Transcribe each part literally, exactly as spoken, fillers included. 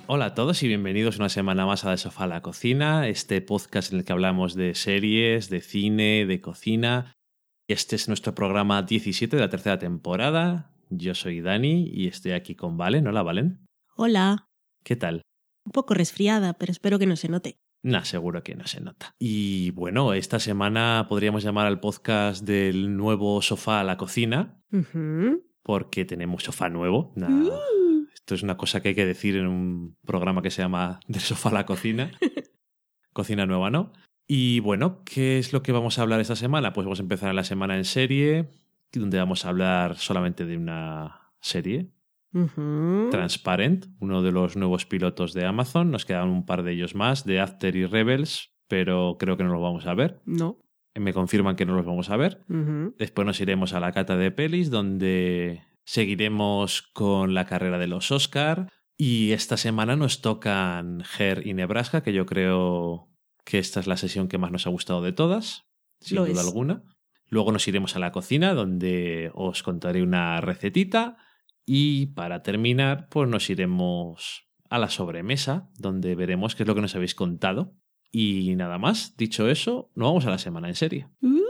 Hola a todos y bienvenidos una semana más a De Sofá a la Cocina, este podcast en el que hablamos de series, de cine, de cocina. Este es nuestro programa diecisiete de la tercera temporada. Yo soy Dani y estoy aquí con Valen. Hola, Valen. Hola. ¿Qué tal? Un poco resfriada, pero espero que no se note. Nah, seguro que no se nota. Y bueno, esta semana podríamos llamar al podcast del nuevo Sofá a la Cocina, uh-huh. porque tenemos sofá nuevo. Nah, uh. Esto es una cosa que hay que decir en un programa que se llama Del Sofá a la Cocina. Cocina nueva, ¿no? Y bueno, ¿qué es lo que vamos a hablar esta semana? Pues vamos a empezar la semana en serie, donde vamos a hablar solamente de una serie. Uh-huh. Transparent, uno de los nuevos pilotos de Amazon. Nos quedan un par de ellos más, de After y Rebels, pero creo que no los vamos a ver. No. Me confirman que no los vamos a ver. Uh-huh. Después nos iremos a la cata de pelis, donde seguiremos con la carrera de los Oscar. Y esta semana nos tocan Her y Nebraska, que yo creo que esta es la sesión que más nos ha gustado de todas, sin Lo duda es. alguna. Luego nos iremos a la cocina, donde os contaré una recetita. Y para terminar, pues nos iremos a la sobremesa, donde veremos qué es lo que nos habéis contado. Y nada más, dicho eso, nos vamos a la semana en serie. Uh.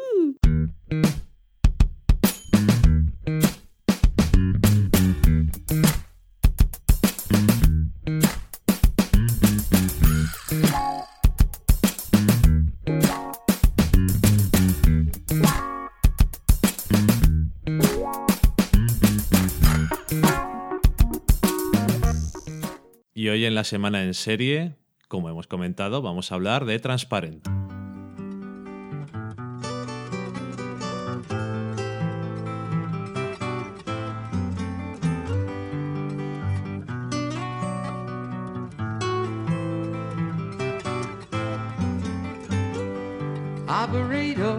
Y hoy en la semana en serie, como hemos comentado, vamos a hablar de Transparent. Operator,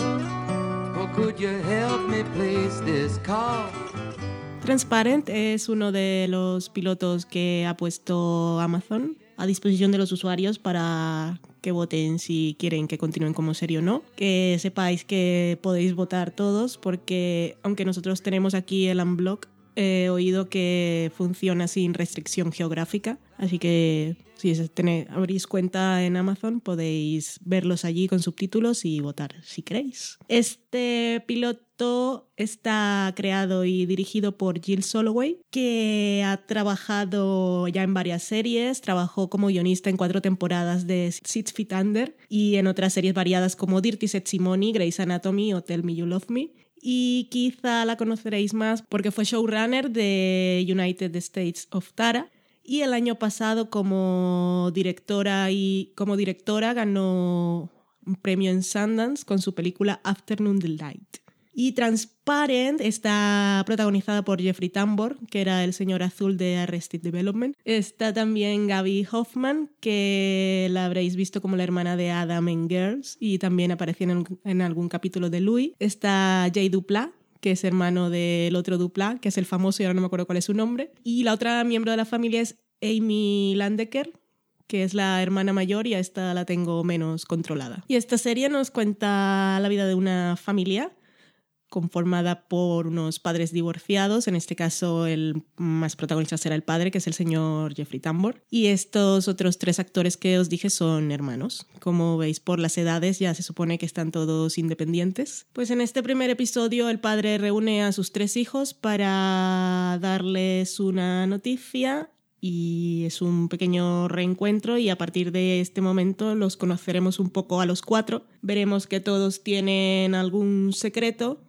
or could you help me place this call? Transparent es uno de los pilotos que ha puesto Amazon a disposición de los usuarios para que voten si quieren que continúen como serie o no. Que sepáis que podéis votar todos porque aunque nosotros tenemos aquí el Unblock, he oído que funciona sin restricción geográfica, así que si tenéis, abrís cuenta en Amazon podéis verlos allí con subtítulos y votar si queréis. Este piloto está creado y dirigido por Jill Soloway, que ha trabajado ya en varias series. Trabajó como guionista en cuatro temporadas de Six Feet Under y en otras series variadas como Dirty Sexy Money, Grey's Anatomy o Tell Me You Love Me. Y quizá la conoceréis más porque fue showrunner de United States of Tara y el año pasado como directora y como directora ganó un premio en Sundance con su película Afternoon Delight. Y Transparent está protagonizada por Jeffrey Tambor, que era el señor azul de Arrested Development. Está también Gaby Hoffman, que la habréis visto como la hermana de Adam en Girls y también apareció en, en algún capítulo de Louis. Está Jay Duplat, que es hermano del otro Duplat, que es el famoso y ahora no me acuerdo cuál es su nombre. Y la otra miembro de la familia es Amy Landecker, que es la hermana mayor y a esta la tengo menos controlada. Y esta serie nos cuenta la vida de una familia conformada por unos padres divorciados. En este caso el más protagonista será el padre, que es el señor Jeffrey Tambor, y estos otros tres actores que os dije son hermanos. Como veis por las edades ya se supone que están todos independientes. Pues en este primer episodio el padre reúne a sus tres hijos para darles una noticia y es un pequeño reencuentro y a partir de este momento los conoceremos un poco a los cuatro. Veremos que todos tienen algún secreto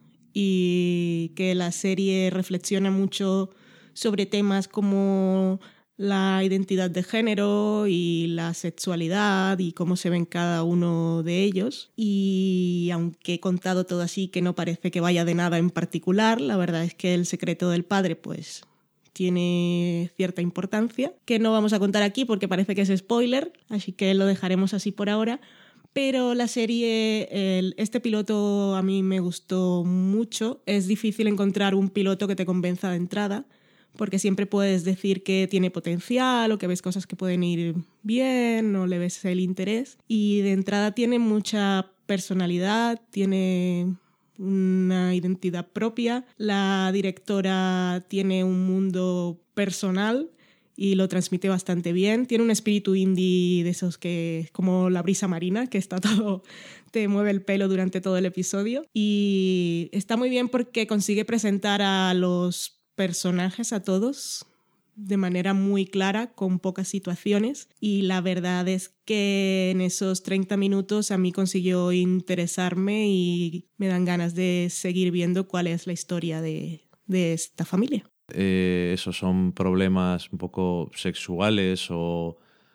y que la serie reflexiona mucho sobre temas como la identidad de género y la sexualidad y cómo se ven cada uno de ellos. Y aunque he contado todo así que no parece que vaya de nada en particular, la verdad es que el secreto del padre pues tiene cierta importancia, que no vamos a contar aquí porque parece que es spoiler, así que lo dejaremos así por ahora. Pero la serie, el, este piloto a mí me gustó mucho. Es difícil encontrar un piloto que te convenza de entrada, porque siempre puedes decir que tiene potencial o que ves cosas que pueden ir bien o le ves el interés. Y de entrada tiene mucha personalidad, tiene una identidad propia. La directora tiene un mundo personal y lo transmite bastante bien. Tiene un espíritu indie de esos que, como la brisa marina, que está todo, te mueve el pelo durante todo el episodio. Y está muy bien porque consigue presentar a los personajes, a todos, de manera muy clara, con pocas situaciones. Y la verdad es que en esos treinta minutos a mí consiguió interesarme y me dan ganas de seguir viendo cuál es la historia de, de esta familia. Eh, esos son problemas un poco sexuales o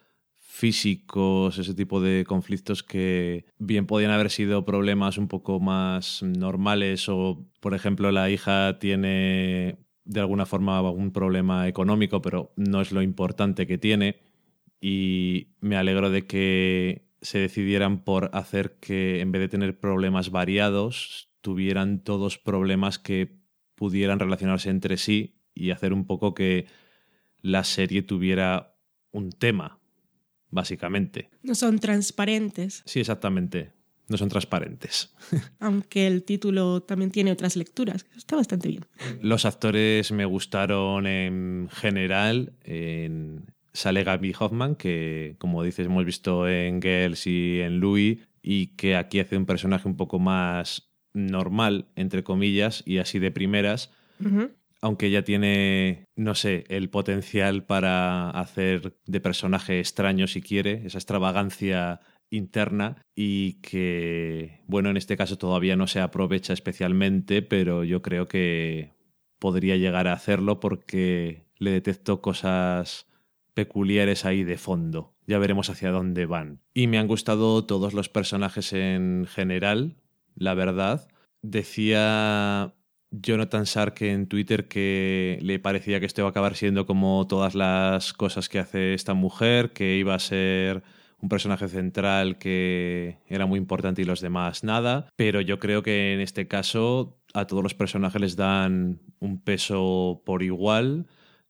físicos, ese tipo de conflictos que bien podían haber sido problemas un poco más normales o, por ejemplo, la hija tiene de alguna forma algún problema económico, pero no es lo importante que tiene, y me alegro de que se decidieran por hacer que, en vez de tener problemas variados, tuvieran todos problemas que pudieran relacionarse entre sí y hacer un poco que la serie tuviera un tema, básicamente. No son transparentes. Sí, exactamente. No son transparentes. Aunque el título también tiene otras lecturas. Está bastante bien. Los actores me gustaron en general. En... Sale Gaby Hoffman, que, como dices, hemos visto en Girls y en Louis, y que aquí hace un personaje un poco más normal, entre comillas, y así de primeras. Uh-huh. Aunque ella tiene, no sé, el potencial para hacer de personaje extraño si quiere, esa extravagancia interna, y que, bueno, en este caso todavía no se aprovecha especialmente, pero yo creo que podría llegar a hacerlo porque le detecto cosas peculiares ahí de fondo. Ya veremos hacia dónde van. Y me han gustado todos los personajes en general, la verdad. Decía Jonathan Shark en Twitter que le parecía que esto iba a acabar siendo como todas las cosas que hace esta mujer, que iba a ser un personaje central que era muy importante y los demás nada, pero yo creo que en este caso a todos los personajes les dan un peso por igual,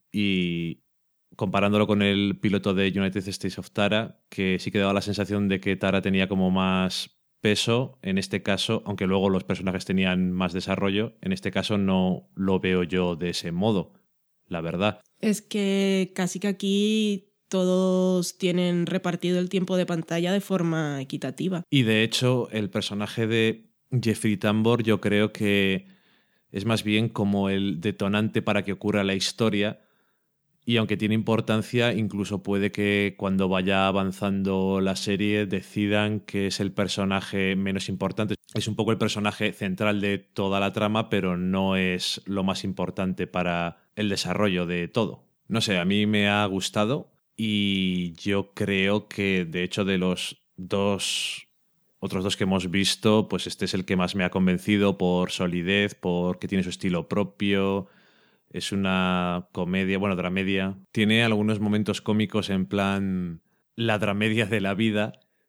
y comparándolo con el piloto de United States of Tara, que sí que daba la sensación de que Tara tenía como más peso, en este caso, aunque luego los personajes tenían más desarrollo, en este caso no lo veo yo de ese modo, la verdad. Es que casi que aquí todos tienen repartido el tiempo de pantalla de forma equitativa. Y de hecho, el personaje de Jeffrey Tambor yo creo que es más bien como el detonante para que ocurra la historia, y aunque tiene importancia, incluso puede que cuando vaya avanzando la serie decidan que es el personaje menos importante. Es un poco el personaje central de toda la trama, pero no es lo más importante para el desarrollo de todo. No sé, a mí me ha gustado, y yo creo que, de hecho, de los dos otros dos que hemos visto, pues este es el que más me ha convencido por solidez, porque tiene su estilo propio. Es una comedia, bueno, dramedia. Tiene algunos momentos cómicos en plan la dramedia de la vida,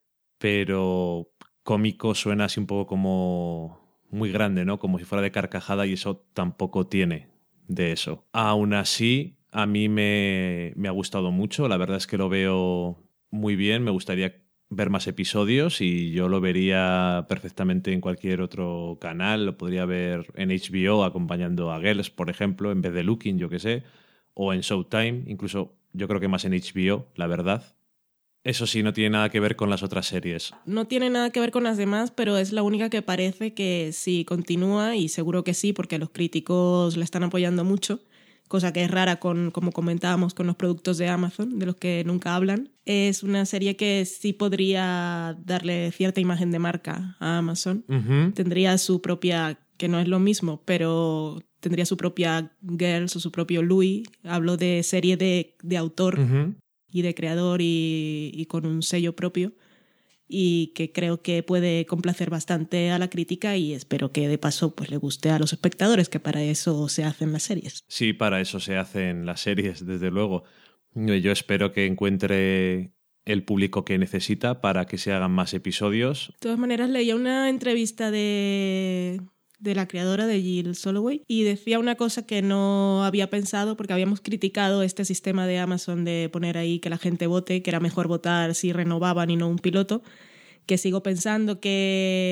pero cómico suena así un poco como muy grande, ¿no? Como si fuera de carcajada, y eso tampoco tiene de eso. Aún así, a mí me, me ha gustado mucho. La verdad es que lo veo muy bien. Me gustaría ver más episodios y yo lo vería perfectamente en cualquier otro canal. Lo podría ver en H B O acompañando a Girls, por ejemplo, en vez de Looking, yo qué sé, o en Showtime, incluso yo creo que más en H B O, la verdad. Eso sí, no tiene nada que ver con las otras series. No tiene nada que ver con las demás, pero es la única que parece que sí continúa, y seguro que sí, porque los críticos la están apoyando mucho, cosa que es rara, con, como comentábamos, con los productos de Amazon, de los que nunca hablan. Es una serie que sí podría darle cierta imagen de marca a Amazon. Uh-huh. Tendría su propia, que no es lo mismo, pero tendría su propia Girls o su propio Louis. Hablo de serie de, de autor uh-huh. y de creador, y, y con un sello propio, y que creo que puede complacer bastante a la crítica, y espero que de paso pues le guste a los espectadores, que para eso se hacen las series. Sí, para eso se hacen las series, desde luego. Yo espero que encuentre el público que necesita para que se hagan más episodios. De todas maneras, leía una entrevista de, de la creadora, de Jill Soloway, y decía una cosa que no había pensado, porque habíamos criticado este sistema de Amazon de poner ahí que la gente vote, que era mejor votar si renovaban y no un piloto, que sigo pensando que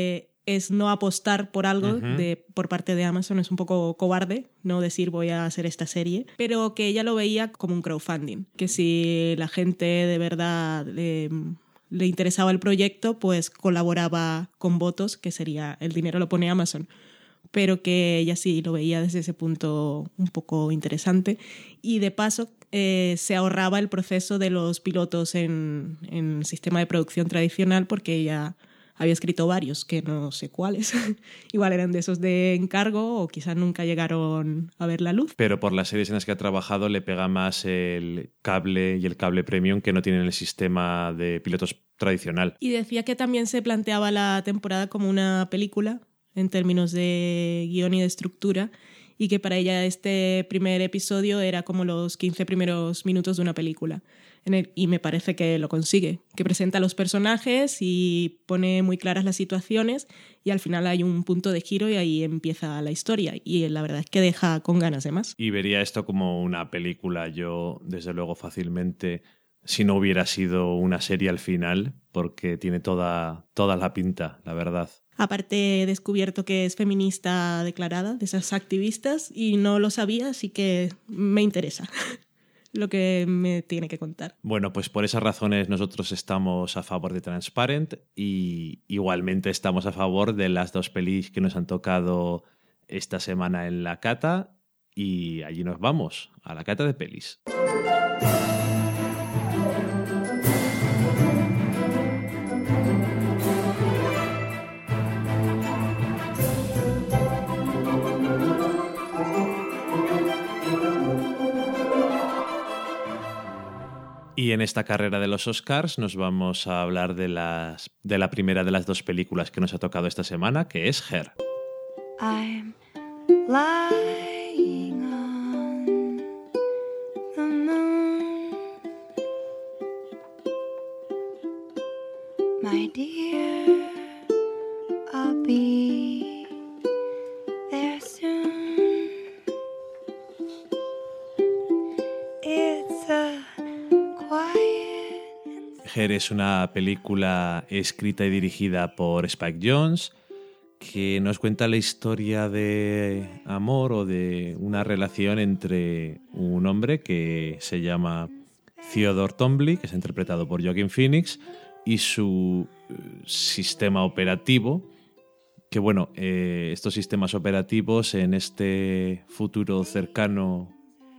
es no apostar por algo Uh-huh. de, por parte de Amazon. Es un poco cobarde no decir voy a hacer esta serie, pero que ella lo veía como un crowdfunding, que si la gente de verdad le, le interesaba el proyecto, pues colaboraba con votos, que sería el dinero lo pone Amazon, pero que ella sí lo veía desde ese punto un poco interesante. Y de paso eh, se ahorraba el proceso de los pilotos en, en el sistema de producción tradicional, porque ella había escrito varios, que no sé cuáles. Igual eran de esos de encargo o quizás nunca llegaron a ver la luz. Pero por las series en las que ha trabajado le pega más el cable y el cable premium que no tienen el sistema de pilotos tradicional. Y decía que también se planteaba la temporada como una película en términos de guión y de estructura, y que para ella este primer episodio era como los quince primeros minutos de una película. En el, y me parece que lo consigue, que presenta a los personajes y pone muy claras las situaciones, y al final hay un punto de giro y ahí empieza la historia, y la verdad es que deja con ganas de más. Y vería esto como una película yo, desde luego, fácilmente, si no hubiera sido una serie al final, porque tiene toda, toda la pinta, la verdad. Aparte he descubierto que es feminista declarada, de esas activistas, y no lo sabía, así que me interesa lo que me tiene que contar. Bueno, pues por esas razones nosotros estamos a favor de Transparent, y igualmente estamos a favor de las dos pelis que nos han tocado esta semana en la cata, y allí nos vamos, a la cata de pelis. Y en esta carrera de los Oscars nos vamos a hablar de, las, de la primera de las dos películas que nos ha tocado esta semana, que es Her. I'm lying on the moon, my dear, I'll be there soon. It's a Her es una película escrita y dirigida por Spike Jonze, que nos cuenta la historia de amor o de una relación entre un hombre que se llama Theodore Tombly, que es interpretado por Joaquin Phoenix, y su sistema operativo, que bueno, eh, estos sistemas operativos en este futuro cercano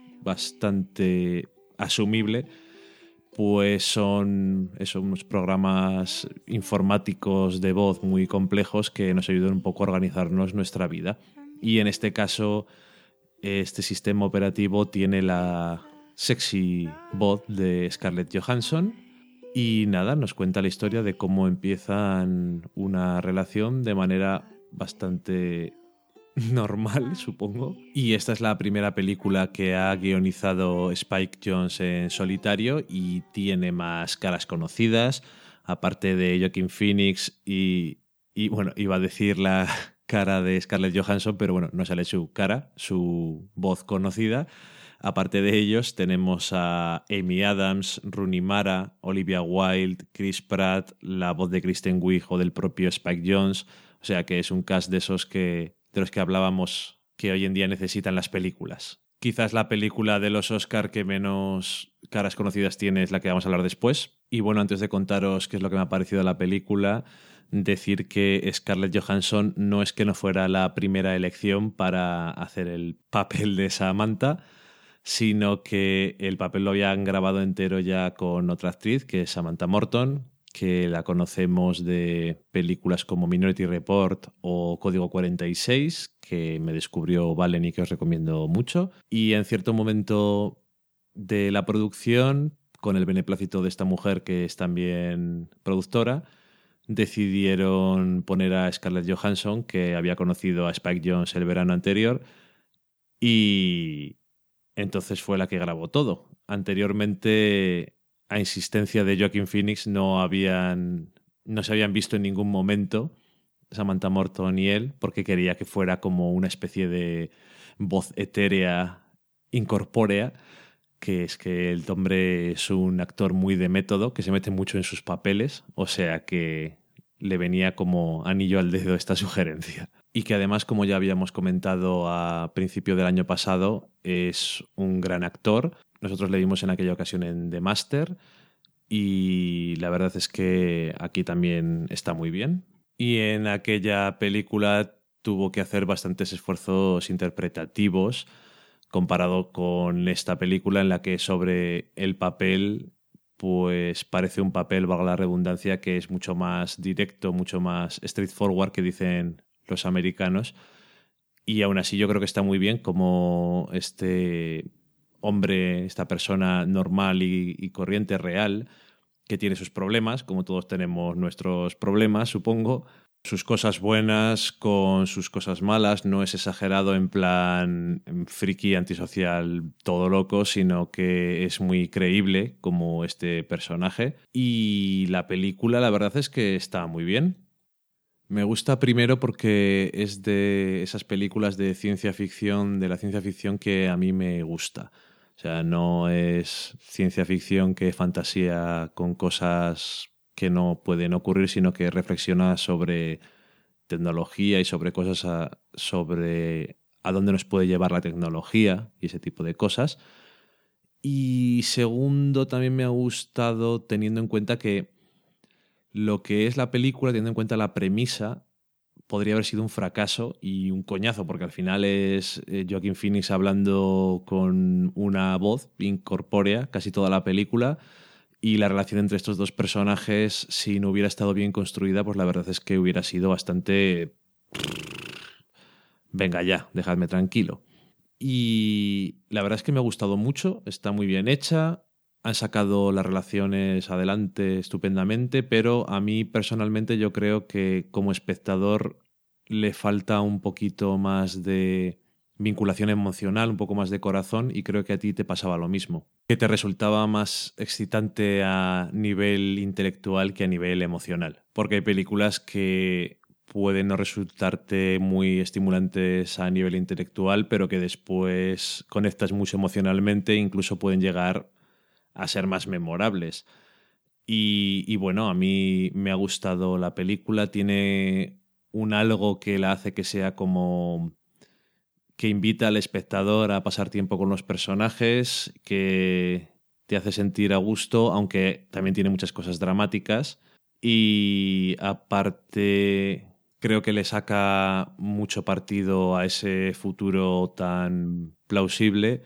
bastante asumible, pues son, son unos programas informáticos de voz muy complejos que nos ayudan un poco a organizarnos nuestra vida. Y en este caso, este sistema operativo tiene la sexy voz de Scarlett Johansson. Y nada, nos cuenta la historia de cómo empiezan una relación de manera bastante normal, supongo. Y esta es la primera película que ha guionizado Spike Jonze en solitario y tiene más caras conocidas, aparte de Joaquin Phoenix y, y bueno, iba a decir la cara de Scarlett Johansson, pero bueno, no sale su cara, su voz conocida. Aparte de ellos tenemos a Amy Adams, Rooney Mara, Olivia Wilde, Chris Pratt, la voz de Kristen Wiig o del propio Spike Jonze. O sea que es un cast de esos que de los que hablábamos que hoy en día necesitan las películas. Quizás la película de los Oscar que menos caras conocidas tiene es la que vamos a hablar después. Y bueno, antes de contaros qué es lo que me ha parecido la película, decir que Scarlett Johansson no es que no fuera la primera elección para hacer el papel de Samantha, sino que el papel lo habían grabado entero ya con otra actriz, que es Samantha Morton, que la conocemos de películas como Minority Report o Código cuarenta y seis, que me descubrió Valen y que os recomiendo mucho. Y en cierto momento de la producción, con el beneplácito de esta mujer que es también productora, decidieron poner a Scarlett Johansson, que había conocido a Spike Jonze el verano anterior, y entonces fue la que grabó todo. Anteriormente, a insistencia de Joaquin Phoenix, no habían no se habían visto en ningún momento Samantha Morton y él, porque quería que fuera como una especie de voz etérea incorpórea, que es que el hombre es un actor muy de método, que se mete mucho en sus papeles, o sea que le venía como anillo al dedo esta sugerencia. Y que además, como ya habíamos comentado a principio del año pasado, es un gran actor. Nosotros le vimos en aquella ocasión en The Master y la verdad es que aquí también está muy bien. Y en aquella película tuvo que hacer bastantes esfuerzos interpretativos comparado con esta película en la que sobre el papel pues parece un papel, valga la redundancia, que es mucho más directo, mucho más straightforward, que dicen los americanos. Y aún así yo creo que está muy bien como este hombre, esta persona normal y, y corriente real, que tiene sus problemas, como todos tenemos nuestros problemas, supongo, sus cosas buenas con sus cosas malas, no es exagerado en plan friki, antisocial, todo loco, sino que es muy creíble como este personaje. Y la película, la verdad es que está muy bien. Me gusta primero porque es de esas películas de ciencia ficción, de la ciencia ficción que a mí me gusta. O sea, no es ciencia ficción que fantasía con cosas que no pueden ocurrir, sino que reflexiona sobre tecnología y sobre cosas a, sobre a dónde nos puede llevar la tecnología y ese tipo de cosas. Y segundo, también me ha gustado teniendo en cuenta que lo que es la película, teniendo en cuenta la premisa, podría haber sido un fracaso y un coñazo, porque al final es Joaquin Phoenix hablando con una voz incorpórea casi toda la película, y la relación entre estos dos personajes, si no hubiera estado bien construida, pues la verdad es que hubiera sido bastante... Venga ya, dejadme tranquilo. Y la verdad es que me ha gustado mucho, está muy bien hecha, han sacado las relaciones adelante estupendamente, pero a mí personalmente yo creo que como espectador le falta un poquito más de vinculación emocional, un poco más de corazón, y creo que a ti te pasaba lo mismo. Que te resultaba más excitante a nivel intelectual que a nivel emocional. Porque hay películas que pueden no resultarte muy estimulantes a nivel intelectual, pero que después conectas mucho emocionalmente e incluso pueden llegar a ser más memorables. Y, y bueno, a mí me ha gustado la película, tiene un algo que la hace que sea como... que invita al espectador a pasar tiempo con los personajes, que te hace sentir a gusto, aunque también tiene muchas cosas dramáticas. Y aparte, creo que le saca mucho partido a ese futuro tan plausible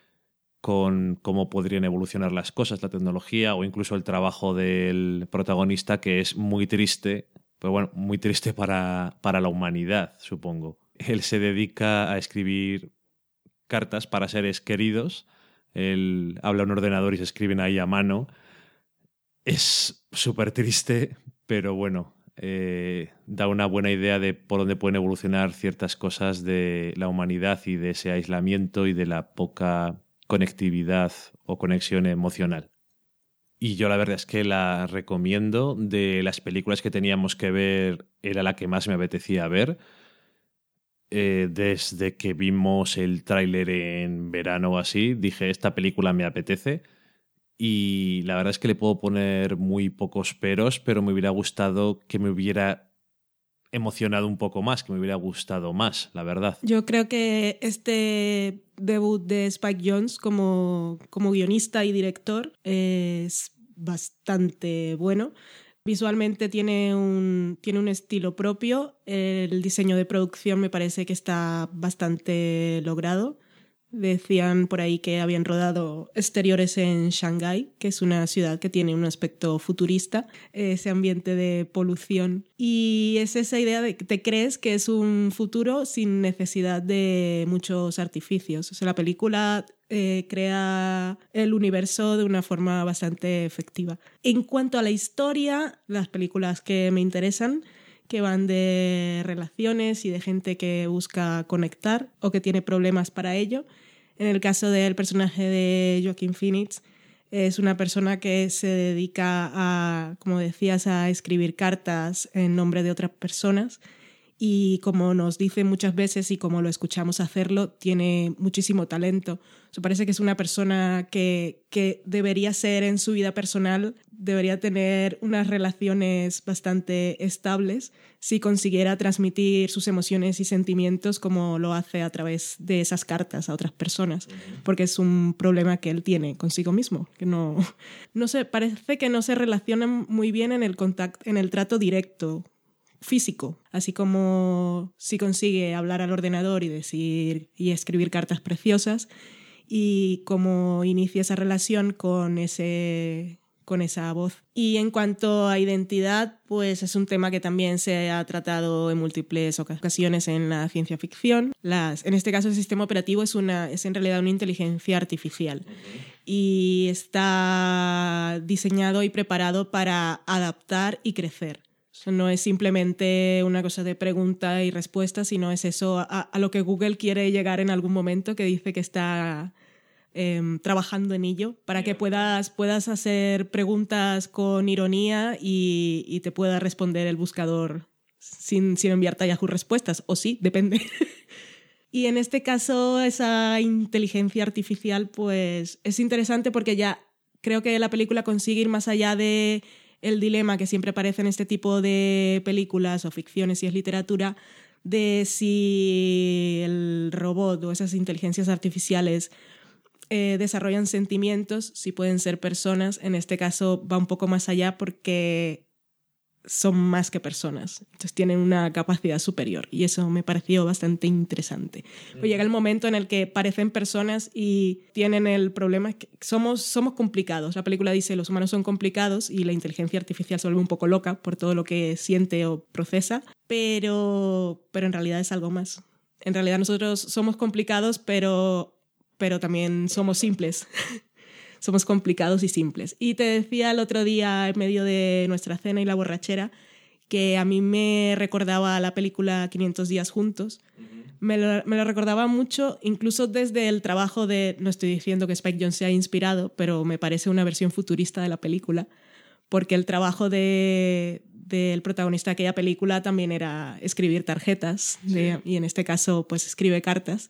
con cómo podrían evolucionar las cosas, la tecnología o incluso el trabajo del protagonista, que es muy triste, pero bueno, muy triste para, para la humanidad, supongo. Él se dedica a escribir cartas para seres queridos. Él habla a un ordenador y se escriben ahí a mano. Es súper triste, pero bueno, eh, da una buena idea de por dónde pueden evolucionar ciertas cosas de la humanidad y de ese aislamiento y de la poca conectividad o conexión emocional. Y yo la verdad es que la recomiendo. De las películas que teníamos que ver, era la que más me apetecía ver. Eh, desde que vimos el tráiler en verano o así, dije, esta película me apetece. Y la verdad es que le puedo poner muy pocos peros, pero me hubiera gustado que me hubiera emocionado un poco más, que me hubiera gustado más, la verdad. Yo creo que este debut de Spike Jonze como, como guionista y director es bastante bueno. Visualmente tiene un, tiene un estilo propio. El diseño de producción me parece que está bastante logrado. Decían por ahí que habían rodado exteriores en Shanghái, que es una ciudad que tiene un aspecto futurista, ese ambiente de polución. Y es esa idea de que te crees que es un futuro sin necesidad de muchos artificios. O sea, la película eh, crea el universo de una forma bastante efectiva. En cuanto a la historia, las películas que me interesan, que van de relaciones y de gente que busca conectar o que tiene problemas para ello. En el caso del personaje de Joaquin Phoenix, es una persona que se dedica a, como decías, a escribir cartas en nombre de otras personas y como nos dice muchas veces y como lo escuchamos hacerlo, tiene muchísimo talento. O sea, parece que es una persona que, que debería ser en su vida personal, debería tener unas relaciones bastante estables si consiguiera transmitir sus emociones y sentimientos como lo hace a través de esas cartas a otras personas, porque es un problema que él tiene consigo mismo, que no, no sé, parece que no se relacionan muy bien en el contacto, en el trato directo físico, así como si consigue hablar al ordenador y decir y escribir cartas preciosas, y cómo inicia esa relación con ese con esa voz. Y en cuanto a identidad, pues es un tema que también se ha tratado en múltiples ocasiones en la ciencia ficción. Las, en este caso, el sistema operativo es, una, es en realidad una inteligencia artificial. Uh-huh. Y está diseñado y preparado para adaptar y crecer. No es simplemente una cosa de pregunta y respuesta, sino es eso a, a lo que Google quiere llegar en algún momento, que dice que está eh, trabajando en ello, para que puedas, puedas hacer preguntas con ironía y, y te pueda responder el buscador sin, sin enviarte a Yahoo respuestas. O sí, depende. Y en este caso, esa inteligencia artificial pues es interesante porque ya creo que la película consigue ir más allá de el dilema que siempre aparece en este tipo de películas o ficciones, si es literatura, de si el robot o esas inteligencias artificiales eh, desarrollan sentimientos, si pueden ser personas. En este caso va un poco más allá porque son más que personas, entonces tienen una capacidad superior, y eso me pareció bastante interesante. Mm. Pues llega el momento en el que parecen personas y tienen el problema que somos, somos complicados. La película dice los humanos son complicados y la inteligencia artificial se vuelve un poco loca por todo lo que siente o procesa, pero, pero en realidad es algo más. En realidad nosotros somos complicados, pero, pero también somos simples. Somos complicados y simples. Y te decía el otro día, en medio de nuestra cena y la borrachera, que a mí me recordaba la película quinientos días juntos. Uh-huh. Me lo, me lo recordaba mucho, incluso desde el trabajo de... No estoy diciendo que Spike Jonze se ha inspirado, pero me parece una versión futurista de la película, porque el trabajo de, del protagonista de aquella película también era escribir tarjetas, sí. de, y en este caso pues escribe cartas.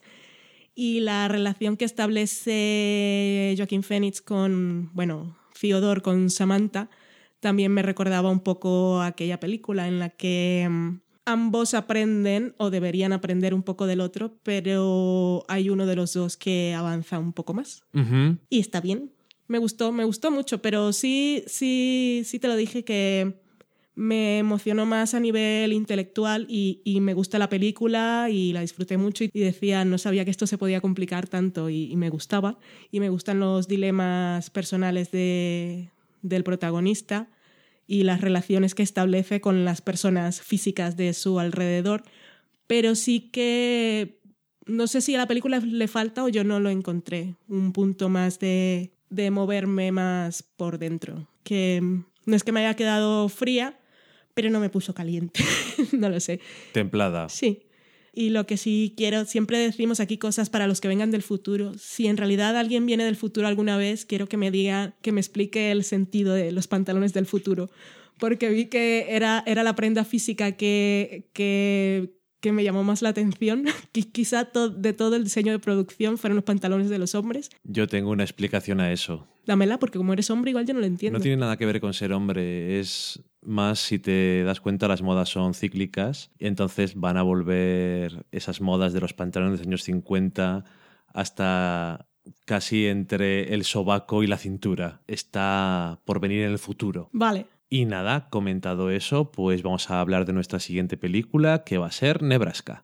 Y la relación que establece Joaquin Phoenix con, bueno, Theodore con Samantha también me recordaba un poco a aquella película en la que um, ambos aprenden o deberían aprender un poco del otro, pero hay uno de los dos que avanza un poco más. Uh-huh. Y está bien. Me gustó, me gustó mucho, pero sí, sí, sí te lo dije que me emocionó más a nivel intelectual y, y me gusta la película y la disfruté mucho y decía, no sabía que esto se podía complicar tanto y, y me gustaba. Y me gustan los dilemas personales de, del protagonista y las relaciones que establece con las personas físicas de su alrededor. Pero sí que no sé si a la película le falta o yo no lo encontré. Un punto más de, de moverme más por dentro. Que no es que me haya quedado fría, pero no me puso caliente. No lo sé. Templada. Sí. Y lo que sí quiero, siempre decimos aquí cosas para los que vengan del futuro. Si en realidad alguien viene del futuro alguna vez, quiero que me diga, que me explique el sentido de los pantalones del futuro. Porque vi que era, era la prenda física que, que, que me llamó más la atención. Quizá to, de todo el diseño de producción fueron los pantalones de los hombres. Yo tengo una explicación a eso. Dámela, porque como eres hombre igual yo no lo entiendo. No tiene nada que ver con ser hombre, es más, si te das cuenta, las modas son cíclicas y entonces van a volver esas modas de los pantalones de los años cincuenta hasta casi entre el sobaco y la cintura. Está por venir en el futuro. Vale. Y nada, comentado eso, pues vamos a hablar de nuestra siguiente película, que va a ser Nebraska.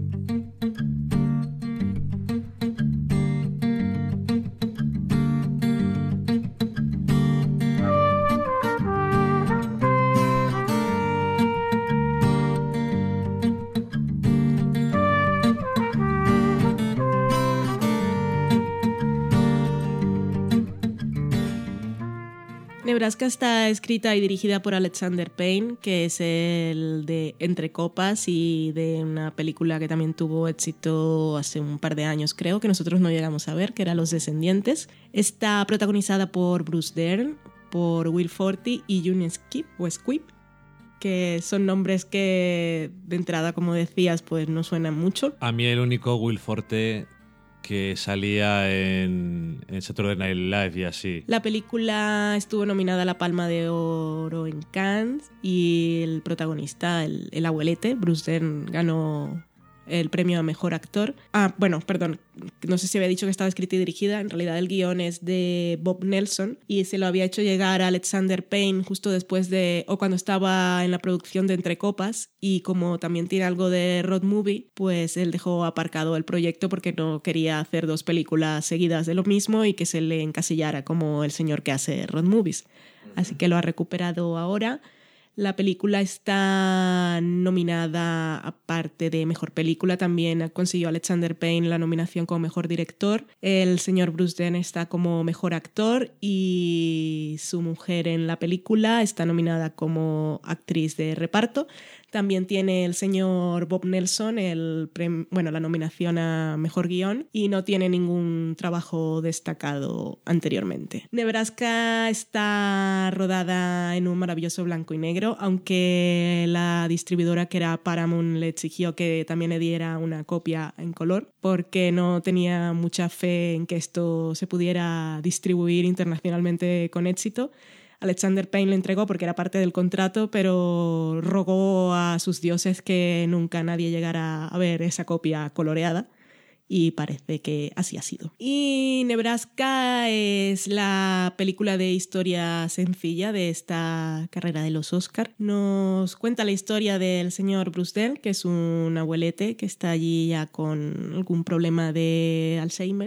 Nebraska está escrita y dirigida por Alexander Payne, que es el de Entre Copas y de una película que también tuvo éxito hace un par de años, creo, que nosotros no llegamos a ver, que era Los Descendientes. Está protagonizada por Bruce Dern, por Will Forte y June Skip, o Squibb, que son nombres que de entrada, como decías, pues no suenan mucho. A mí el único Will Forte que salía en, en Saturday Night Live y así. La película estuvo nominada a la Palma de Oro en Cannes y el protagonista, el, el abuelete, Bruce Dern, ganó el premio a Mejor Actor. Ah, bueno, perdón, no sé si había dicho que estaba escrita y dirigida. En realidad el guión es de Bob Nelson y se lo había hecho llegar a Alexander Payne justo después de, o cuando estaba en la producción de Entre Copas, y como también tiene algo de road movie, pues él dejó aparcado el proyecto porque no quería hacer dos películas seguidas de lo mismo y que se le encasillara como el señor que hace road movies. Así que lo ha recuperado ahora. La película está nominada, aparte de Mejor Película, también consiguió Alexander Payne la nominación como Mejor Director. El señor Bruce Dern está como Mejor Actor y su mujer en la película está nominada como Actriz de Reparto. También tiene el señor Bob Nelson el prem- bueno, la nominación a Mejor Guión y no tiene ningún trabajo destacado anteriormente. Nebraska está rodada en un maravilloso blanco y negro, aunque la distribuidora, que era Paramount, le exigió que también le diera una copia en color porque no tenía mucha fe en que esto se pudiera distribuir internacionalmente con éxito. Alexander Payne le entregó porque era parte del contrato, pero rogó a sus dioses que nunca nadie llegara a ver esa copia coloreada. Y parece que así ha sido. Y Nebraska es la película de historia sencilla de esta carrera de los Oscar. Nos cuenta la historia del señor Bruce Dern, que es un abuelete que está allí ya con algún problema de Alzheimer.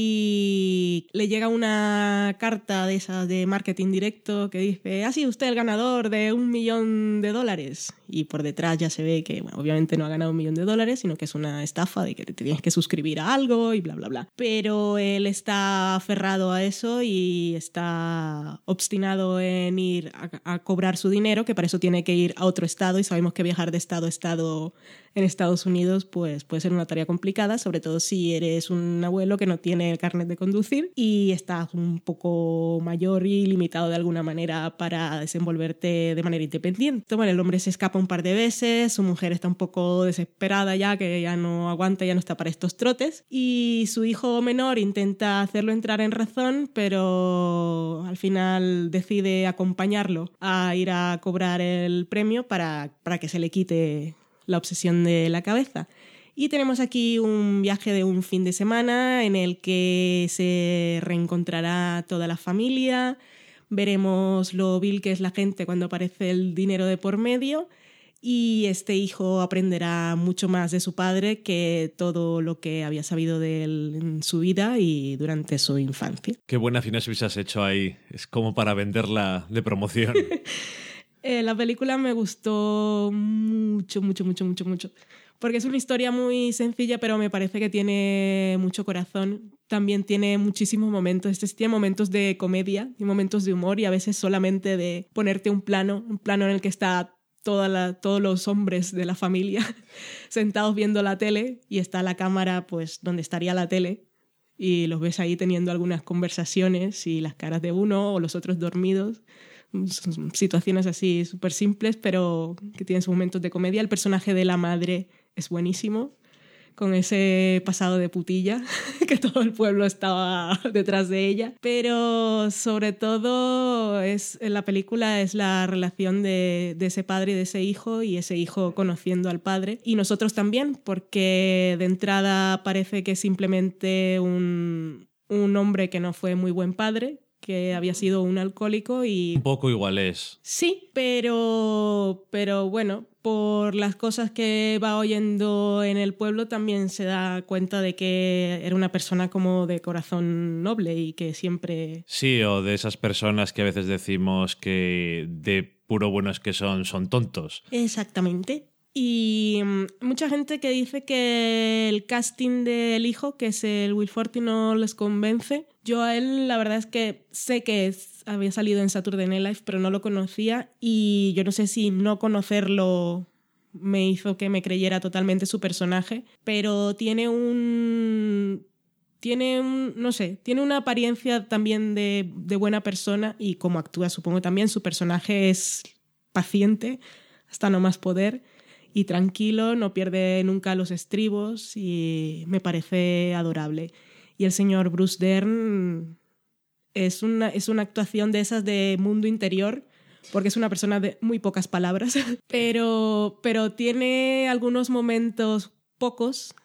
Y le llega una carta de esas de marketing directo que dice: ¿ha sido usted el ganador de un millón de dólares? Y por detrás ya se ve que, bueno, obviamente no ha ganado un millón de dólares, sino que es una estafa de que te tienes que suscribir a algo y bla, bla, bla. Pero él está aferrado a eso y está obstinado en ir a, a cobrar su dinero, que para eso tiene que ir a otro estado, y sabemos que viajar de estado a estado en Estados Unidos pues puede ser una tarea complicada, sobre todo si eres un abuelo que no tiene el carnet de conducir y estás un poco mayor y limitado de alguna manera para desenvolverte de manera independiente. Bueno, el hombre se escapa un par de veces, su mujer está un poco desesperada ya, que ya no aguanta, ya no está para estos trotes, y su hijo menor intenta hacerlo entrar en razón, pero al final decide acompañarlo a ir a cobrar el premio para, para que se le quite la obsesión de la cabeza. Y tenemos aquí un viaje de un fin de semana en el que se reencontrará toda la familia, veremos lo vil que es la gente cuando aparece el dinero de por medio, y este hijo aprenderá mucho más de su padre que todo lo que había sabido de él en su vida y durante su infancia. Qué buena sinopsis has hecho ahí, es como para venderla de promoción. Eh, la película me gustó mucho, mucho, mucho, mucho, mucho. Porque es una historia muy sencilla, pero me parece que tiene mucho corazón. También tiene muchísimos momentos. Este tiene momentos de comedia y momentos de humor, y a veces solamente de ponerte un plano, un plano en el que está toda la, todos los hombres de la familia sentados viendo la tele, y está la cámara pues donde estaría la tele, y los ves ahí teniendo algunas conversaciones y las caras de uno o los otros dormidos. Son situaciones así súper simples, pero que tienen sus momentos de comedia. El personaje de la madre es buenísimo, con ese pasado de putilla, que todo el pueblo estaba detrás de ella. Pero sobre todo es, en la película es la relación de, de ese padre y de ese hijo, y ese hijo conociendo al padre. Y nosotros también, porque de entrada parece que es simplemente un, un hombre que no fue muy buen padre, que había sido un alcohólico y... Un poco igual es. Sí, pero, pero bueno, por las cosas que va oyendo en el pueblo también se da cuenta de que era una persona como de corazón noble y que siempre... Sí, o de esas personas que a veces decimos que de puro buenos que son, son tontos. Exactamente. Y mucha gente que dice que el casting del hijo, que es el Will Forte, no les convence. Yo a él la verdad es que sé que es, había salido en Saturday Night Live, pero no lo conocía, y yo no sé si no conocerlo me hizo que me creyera totalmente su personaje, pero tiene un... Tiene un, no sé, tiene una apariencia también de, de buena persona, y como actúa supongo también, su personaje es paciente. hasta no más poder y tranquilo, no pierde nunca los estribos y me parece adorable. Y el señor Bruce Dern es una, es una actuación de esas de mundo interior, porque es una persona de muy pocas palabras, pero, pero tiene algunos momentos pocos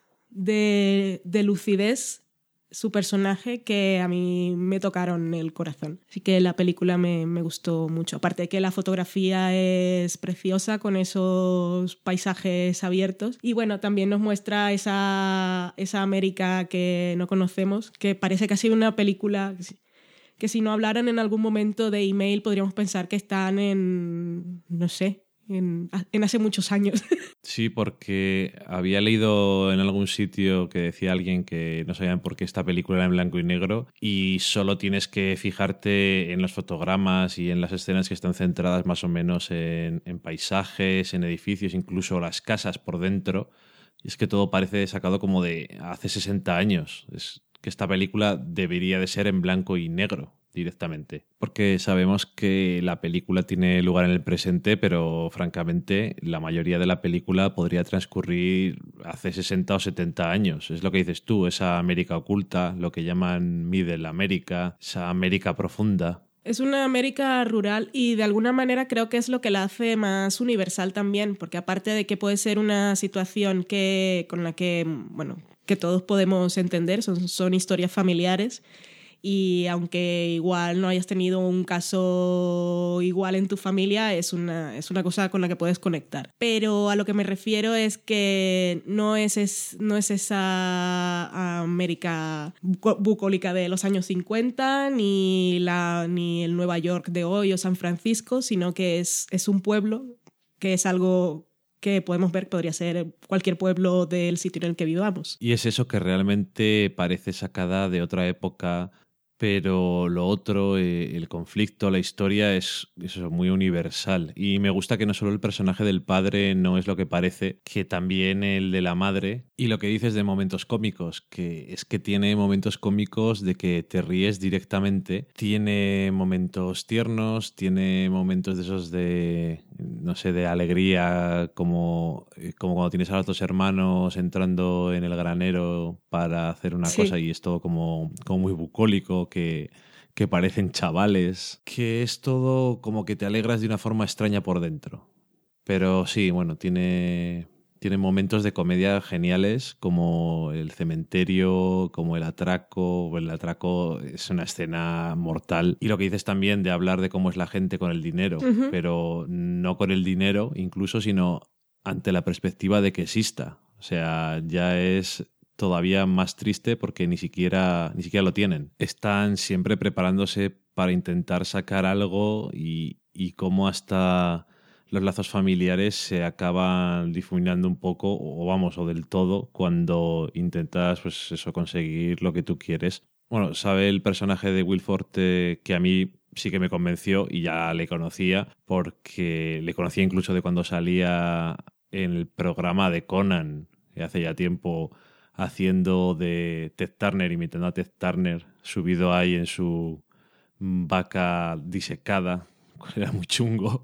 de, de lucidez su personaje que a mí me tocaron el corazón. Así que la película me, me gustó mucho. Aparte de que la fotografía es preciosa con esos paisajes abiertos. Y bueno, también nos muestra esa, esa América que no conocemos, que parece casi una película que si no hablaran en algún momento de email podríamos pensar que están en, no sé, en, en hace muchos años. Sí, porque había leído en algún sitio que decía alguien que no sabían por qué esta película era en blanco y negro y solo tienes que fijarte en los fotogramas y en las escenas que están centradas más o menos en, en paisajes, en edificios, incluso las casas por dentro. Y es que todo parece sacado como de hace sesenta años. Es que esta película debería de ser en blanco y negro directamente. Porque sabemos que la película tiene lugar en el presente, pero francamente la mayoría de la película podría transcurrir hace sesenta o setenta años. Es lo que dices tú, esa América oculta, lo que llaman Middle America, esa América profunda. Es una América rural y de alguna manera creo que es lo que la hace más universal también, porque aparte de que puede ser una situación que, con la que, bueno, que todos podemos entender, son, son historias familiares. Y aunque igual no hayas tenido un caso igual en tu familia, es una, es una cosa con la que puedes conectar. Pero a lo que me refiero es que no es, es, no es esa América bucólica de los años cincuenta, ni, la, ni el Nueva York de hoy o San Francisco, sino que es, es un pueblo, que es algo que podemos ver, podría ser cualquier pueblo del sitio en el que vivamos. Y es eso que realmente parece sacada de otra época, pero lo otro, eh, el conflicto, la historia es, es muy universal. Y me gusta que no solo el personaje del padre no es lo que parece, que también el de la madre. Y lo que dices de momentos cómicos, que es que tiene momentos cómicos de que te ríes directamente. Tiene momentos tiernos, tiene momentos de esos de, no sé, de alegría, como, como cuando tienes a los dos hermanos entrando en el granero para hacer una Sí. cosa y es todo como, como muy bucólico, que, que parecen chavales, que es todo como que te alegras de una forma extraña por dentro. Pero sí, bueno, tiene, tiene momentos de comedia geniales, como el cementerio, como el atraco. El atraco es una escena mortal. Y lo que dices también de hablar de cómo es la gente con el dinero, Uh-huh. pero no con el dinero incluso, sino ante la perspectiva de que exista. O sea, ya es todavía más triste porque ni siquiera, ni siquiera lo tienen. Están siempre preparándose para intentar sacar algo y, y cómo hasta los lazos familiares se acaban difuminando un poco o vamos, o del todo cuando intentas pues eso, conseguir lo que tú quieres. Bueno, sabe el personaje de Will Forte que a mí sí que me convenció y ya le conocía porque le conocía incluso de cuando salía en el programa de Conan hace ya tiempo, haciendo de Ted Turner, imitando a Ted Turner, subido ahí en su vaca disecada. Era muy chungo.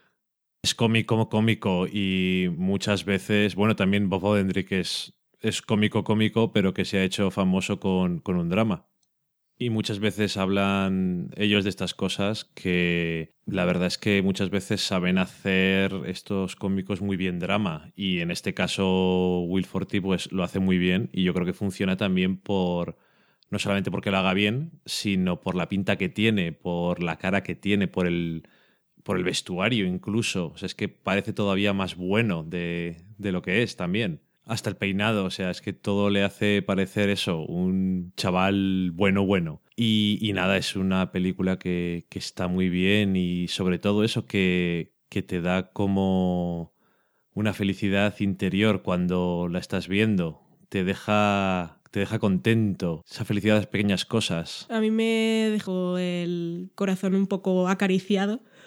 Es cómico, cómico y muchas veces, bueno, también Bob Odenkirk es, es cómico, cómico, pero que se ha hecho famoso con, con un drama. Y muchas veces hablan ellos de estas cosas que la verdad es que muchas veces saben hacer estos cómicos muy bien drama. Y en este caso Will Forte pues lo hace muy bien y yo creo que funciona también por, no solamente porque lo haga bien, sino por la pinta que tiene, por la cara que tiene, por el, por el vestuario incluso. O sea, es que parece todavía más bueno de, de lo que es también. Hasta el peinado, o sea, es que todo le hace parecer eso, un chaval bueno, bueno. Y, y nada, es una película que, que está muy bien y sobre todo eso que, que te da como una felicidad interior cuando la estás viendo. Te deja, te deja contento, esa felicidad de las pequeñas cosas. A mí me dejó el corazón un poco acariciado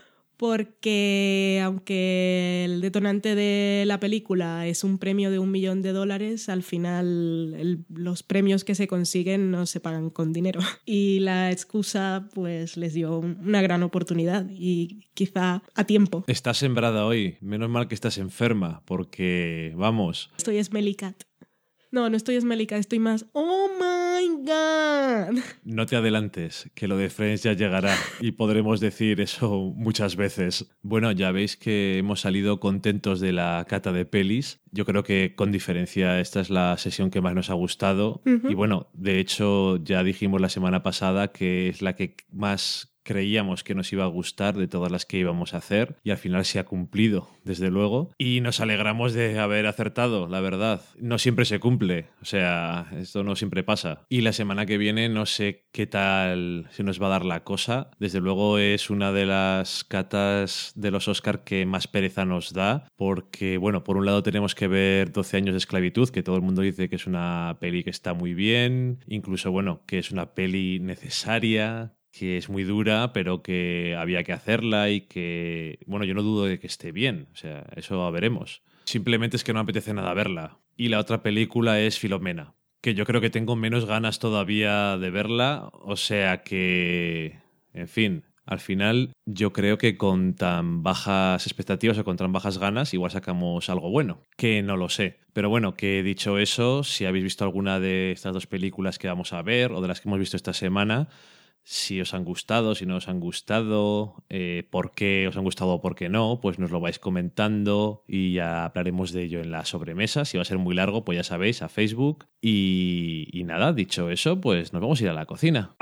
porque aunque el detonante de la película es un premio de un millón de dólares, al final el, los premios que se consiguen no se pagan con dinero. Y la excusa pues les dio una gran oportunidad y quizá a tiempo. Estás sembrada hoy. Menos mal que estás enferma, porque, vamos... Estoy smelly cat. No, no estoy smelly cat, estoy más... ¡Oh, my God! No te adelantes, que lo de Friends ya llegará y podremos decir eso muchas veces. Bueno, ya veis que hemos salido contentos de la cata de pelis. Yo creo que con diferencia esta es la sesión que más nos ha gustado. Uh-huh. Y bueno, de hecho ya dijimos la semana pasada que es la que más creíamos que nos iba a gustar de todas las que íbamos a hacer y al final se ha cumplido, desde luego. Y nos alegramos de haber acertado, la verdad. No siempre se cumple, o sea, esto no siempre pasa. Y la semana que viene no sé qué tal se nos va a dar la cosa. Desde luego es una de las catas de los Oscar que más pereza nos da porque, bueno, por un lado tenemos que ver doce años de esclavitud, que todo el mundo dice que es una peli que está muy bien, incluso, bueno, que es una peli necesaria, que es muy dura, pero que había que hacerla y que, bueno, yo no dudo de que esté bien, o sea, eso veremos. Simplemente es que no me apetece nada verla. Y la otra película es Filomena, que yo creo que tengo menos ganas todavía de verla, o sea que, en fin, al final yo creo que con tan bajas expectativas o con tan bajas ganas igual sacamos algo bueno, que no lo sé. Pero bueno, que dicho eso, si habéis visto alguna de estas dos películas que vamos a ver o de las que hemos visto esta semana, si os han gustado, si no os han gustado, eh, por qué os han gustado o por qué no, pues nos lo vais comentando y ya hablaremos de ello en la sobremesa. Si va a ser muy largo, pues ya sabéis, a Facebook. Y, y nada, dicho eso, pues nos vamos a ir a la cocina.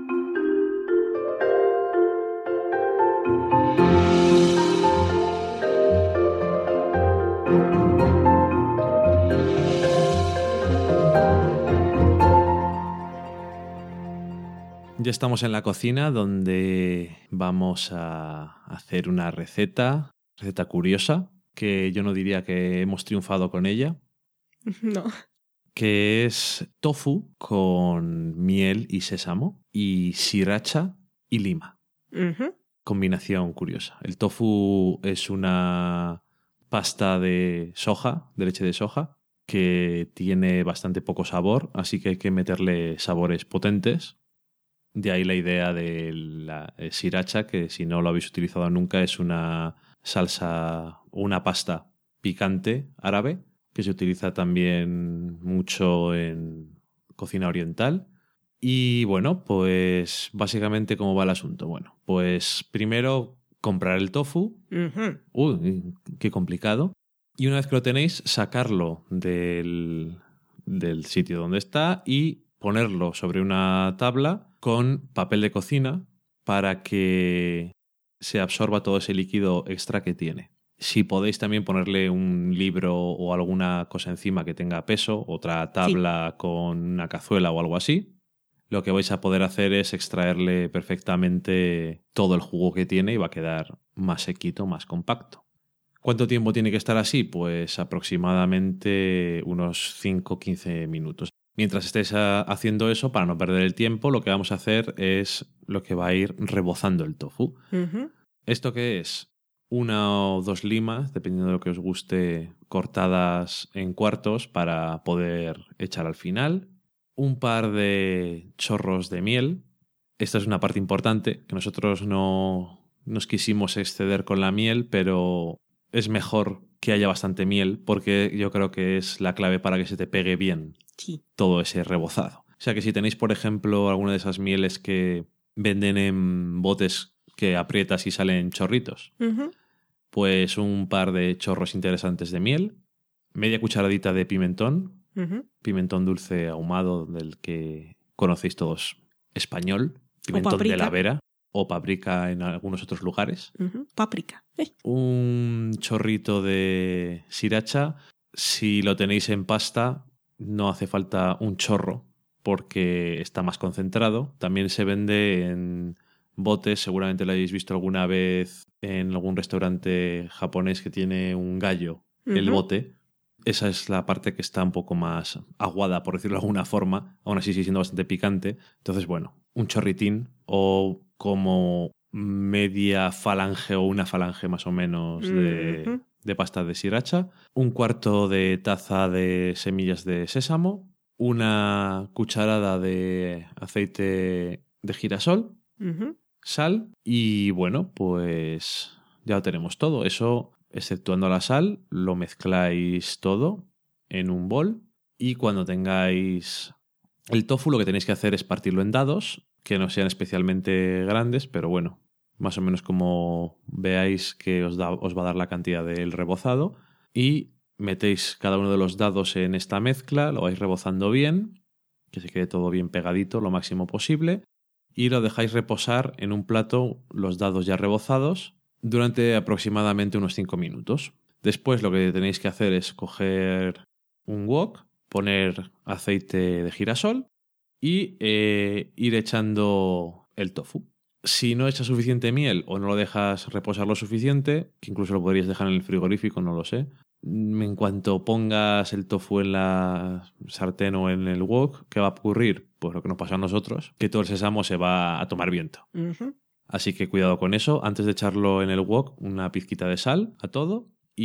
Ya estamos en la cocina donde vamos a hacer una receta, receta curiosa, que yo no diría que hemos triunfado con ella. No. Que es tofu con miel y sésamo y sriracha y lima. Uh-huh. Combinación curiosa. El tofu es una pasta de soja, de leche de soja, que tiene bastante poco sabor, así que hay que meterle sabores potentes. De ahí la idea de la sriracha, que si no lo habéis utilizado nunca, es una salsa, una pasta picante árabe, que se utiliza también mucho en cocina oriental. Y bueno, pues básicamente ¿cómo va el asunto? Bueno, pues primero comprar el tofu. Uh-huh. Uy, qué complicado. Y una vez que lo tenéis, sacarlo del, del sitio donde está y ponerlo sobre una tabla con papel de cocina para que se absorba todo ese líquido extra que tiene. Si podéis también ponerle un libro o alguna cosa encima que tenga peso, otra tabla sí, con una cazuela o algo así, lo que vais a poder hacer es extraerle perfectamente todo el jugo que tiene y va a quedar más sequito, más compacto. ¿Cuánto tiempo tiene que estar así? Pues aproximadamente unos cinco a quince minutos. Mientras estéis haciendo eso, para no perder el tiempo, lo que vamos a hacer es lo que va a ir rebozando el tofu. Uh-huh. ¿Esto qué es? Una o dos limas, dependiendo de lo que os guste, cortadas en cuartos para poder echar al final. Un par de chorros de miel. Esta es una parte importante, que nosotros no nos quisimos exceder con la miel, pero es mejor que haya bastante miel porque yo creo que es la clave para que se te pegue bien sí, todo ese rebozado. O sea que si tenéis, por ejemplo, alguna de esas mieles que venden en botes que aprietas y salen chorritos, uh-huh, pues un par de chorros interesantes de miel, media cucharadita de pimentón, uh-huh, pimentón dulce ahumado del que conocéis todos español, pimentón de la Vera o paprika en algunos otros lugares. Uh-huh. Páprica. Eh. Un chorrito de sriracha. Si lo tenéis en pasta, no hace falta un chorro porque está más concentrado. También se vende en botes, seguramente lo habéis visto alguna vez en algún restaurante japonés que tiene un gallo, uh-huh, el bote. Esa es la parte que está un poco más aguada, por decirlo de alguna forma. Aún así sigue siendo bastante picante. Entonces, bueno, un chorritín o como media falange o una falange más o menos de, Ujú. de pasta de sriracha, un cuarto de taza de semillas de sésamo, una cucharada de aceite de girasol, Ujú. sal y bueno, pues ya lo tenemos todo. Eso, exceptuando la sal, lo mezcláis todo en un bol y cuando tengáis el tofu lo que tenéis que hacer es partirlo en dados, que no sean especialmente grandes, pero bueno, más o menos como veáis que os, da, os va a dar la cantidad del rebozado y metéis cada uno de los dados en esta mezcla, lo vais rebozando bien, que se quede todo bien pegadito lo máximo posible y lo dejáis reposar en un plato los dados ya rebozados durante aproximadamente unos cinco minutos. Después lo que tenéis que hacer es coger un wok, poner aceite de girasol y eh, ir echando el tofu. Si no echas suficiente miel o no lo dejas reposar lo suficiente, que incluso lo podrías dejar en el frigorífico, no lo sé, en cuanto pongas el tofu en la sartén o en el wok, ¿qué va a ocurrir? Pues lo que nos pasa a nosotros, que todo el sésamo se va a tomar viento. Ujú. Así que cuidado con eso. Antes de echarlo en el wok, una pizquita de sal a todo.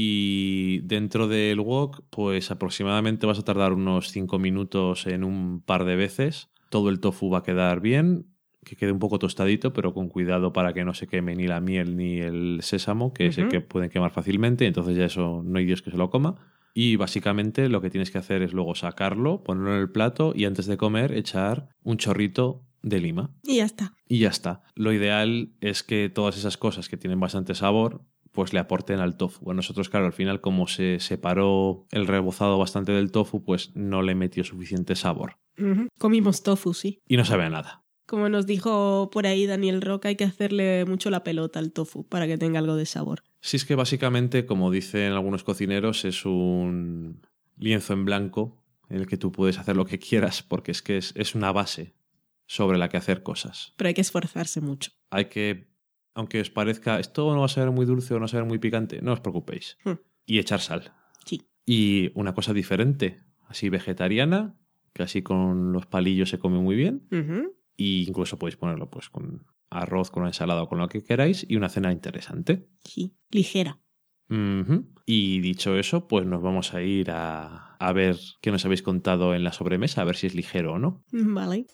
Y dentro del wok, pues aproximadamente vas a tardar unos cinco minutos en un par de veces. Todo el tofu va a quedar bien, que quede un poco tostadito, pero con cuidado para que no se queme ni la miel ni el sésamo, que sé Ujú. que pueden quemar fácilmente, entonces ya eso no hay Dios que se lo coma. Y básicamente lo que tienes que hacer es luego sacarlo, ponerlo en el plato y antes de comer echar un chorrito de lima. Y ya está. Y ya está. Lo ideal es que todas esas cosas que tienen bastante sabor pues le aporten al tofu. A nosotros, claro, al final como se separó el rebozado bastante del tofu, pues no le metió suficiente sabor. Ujú. Comimos tofu, sí. Y no sabe a nada. Como nos dijo por ahí Daniel Roca, hay que hacerle mucho la pelota al tofu para que tenga algo de sabor. Si es que básicamente, como dicen algunos cocineros, es un lienzo en blanco en el que tú puedes hacer lo que quieras porque es que es, es una base sobre la que hacer cosas. Pero hay que esforzarse mucho. Hay que, aunque os parezca, esto no va a ser muy dulce o no va a ser muy picante, no os preocupéis. Hmm. Y echar sal. Sí. Y una cosa diferente, así vegetariana, que así con los palillos se come muy bien. Ujú. Y incluso podéis ponerlo pues con arroz, con una ensalada o con lo que queráis y una cena interesante. Sí. Ligera. Ujú. Y dicho eso, pues nos vamos a ir a, a ver qué nos habéis contado en la sobremesa, a ver si es ligero o no. Vale.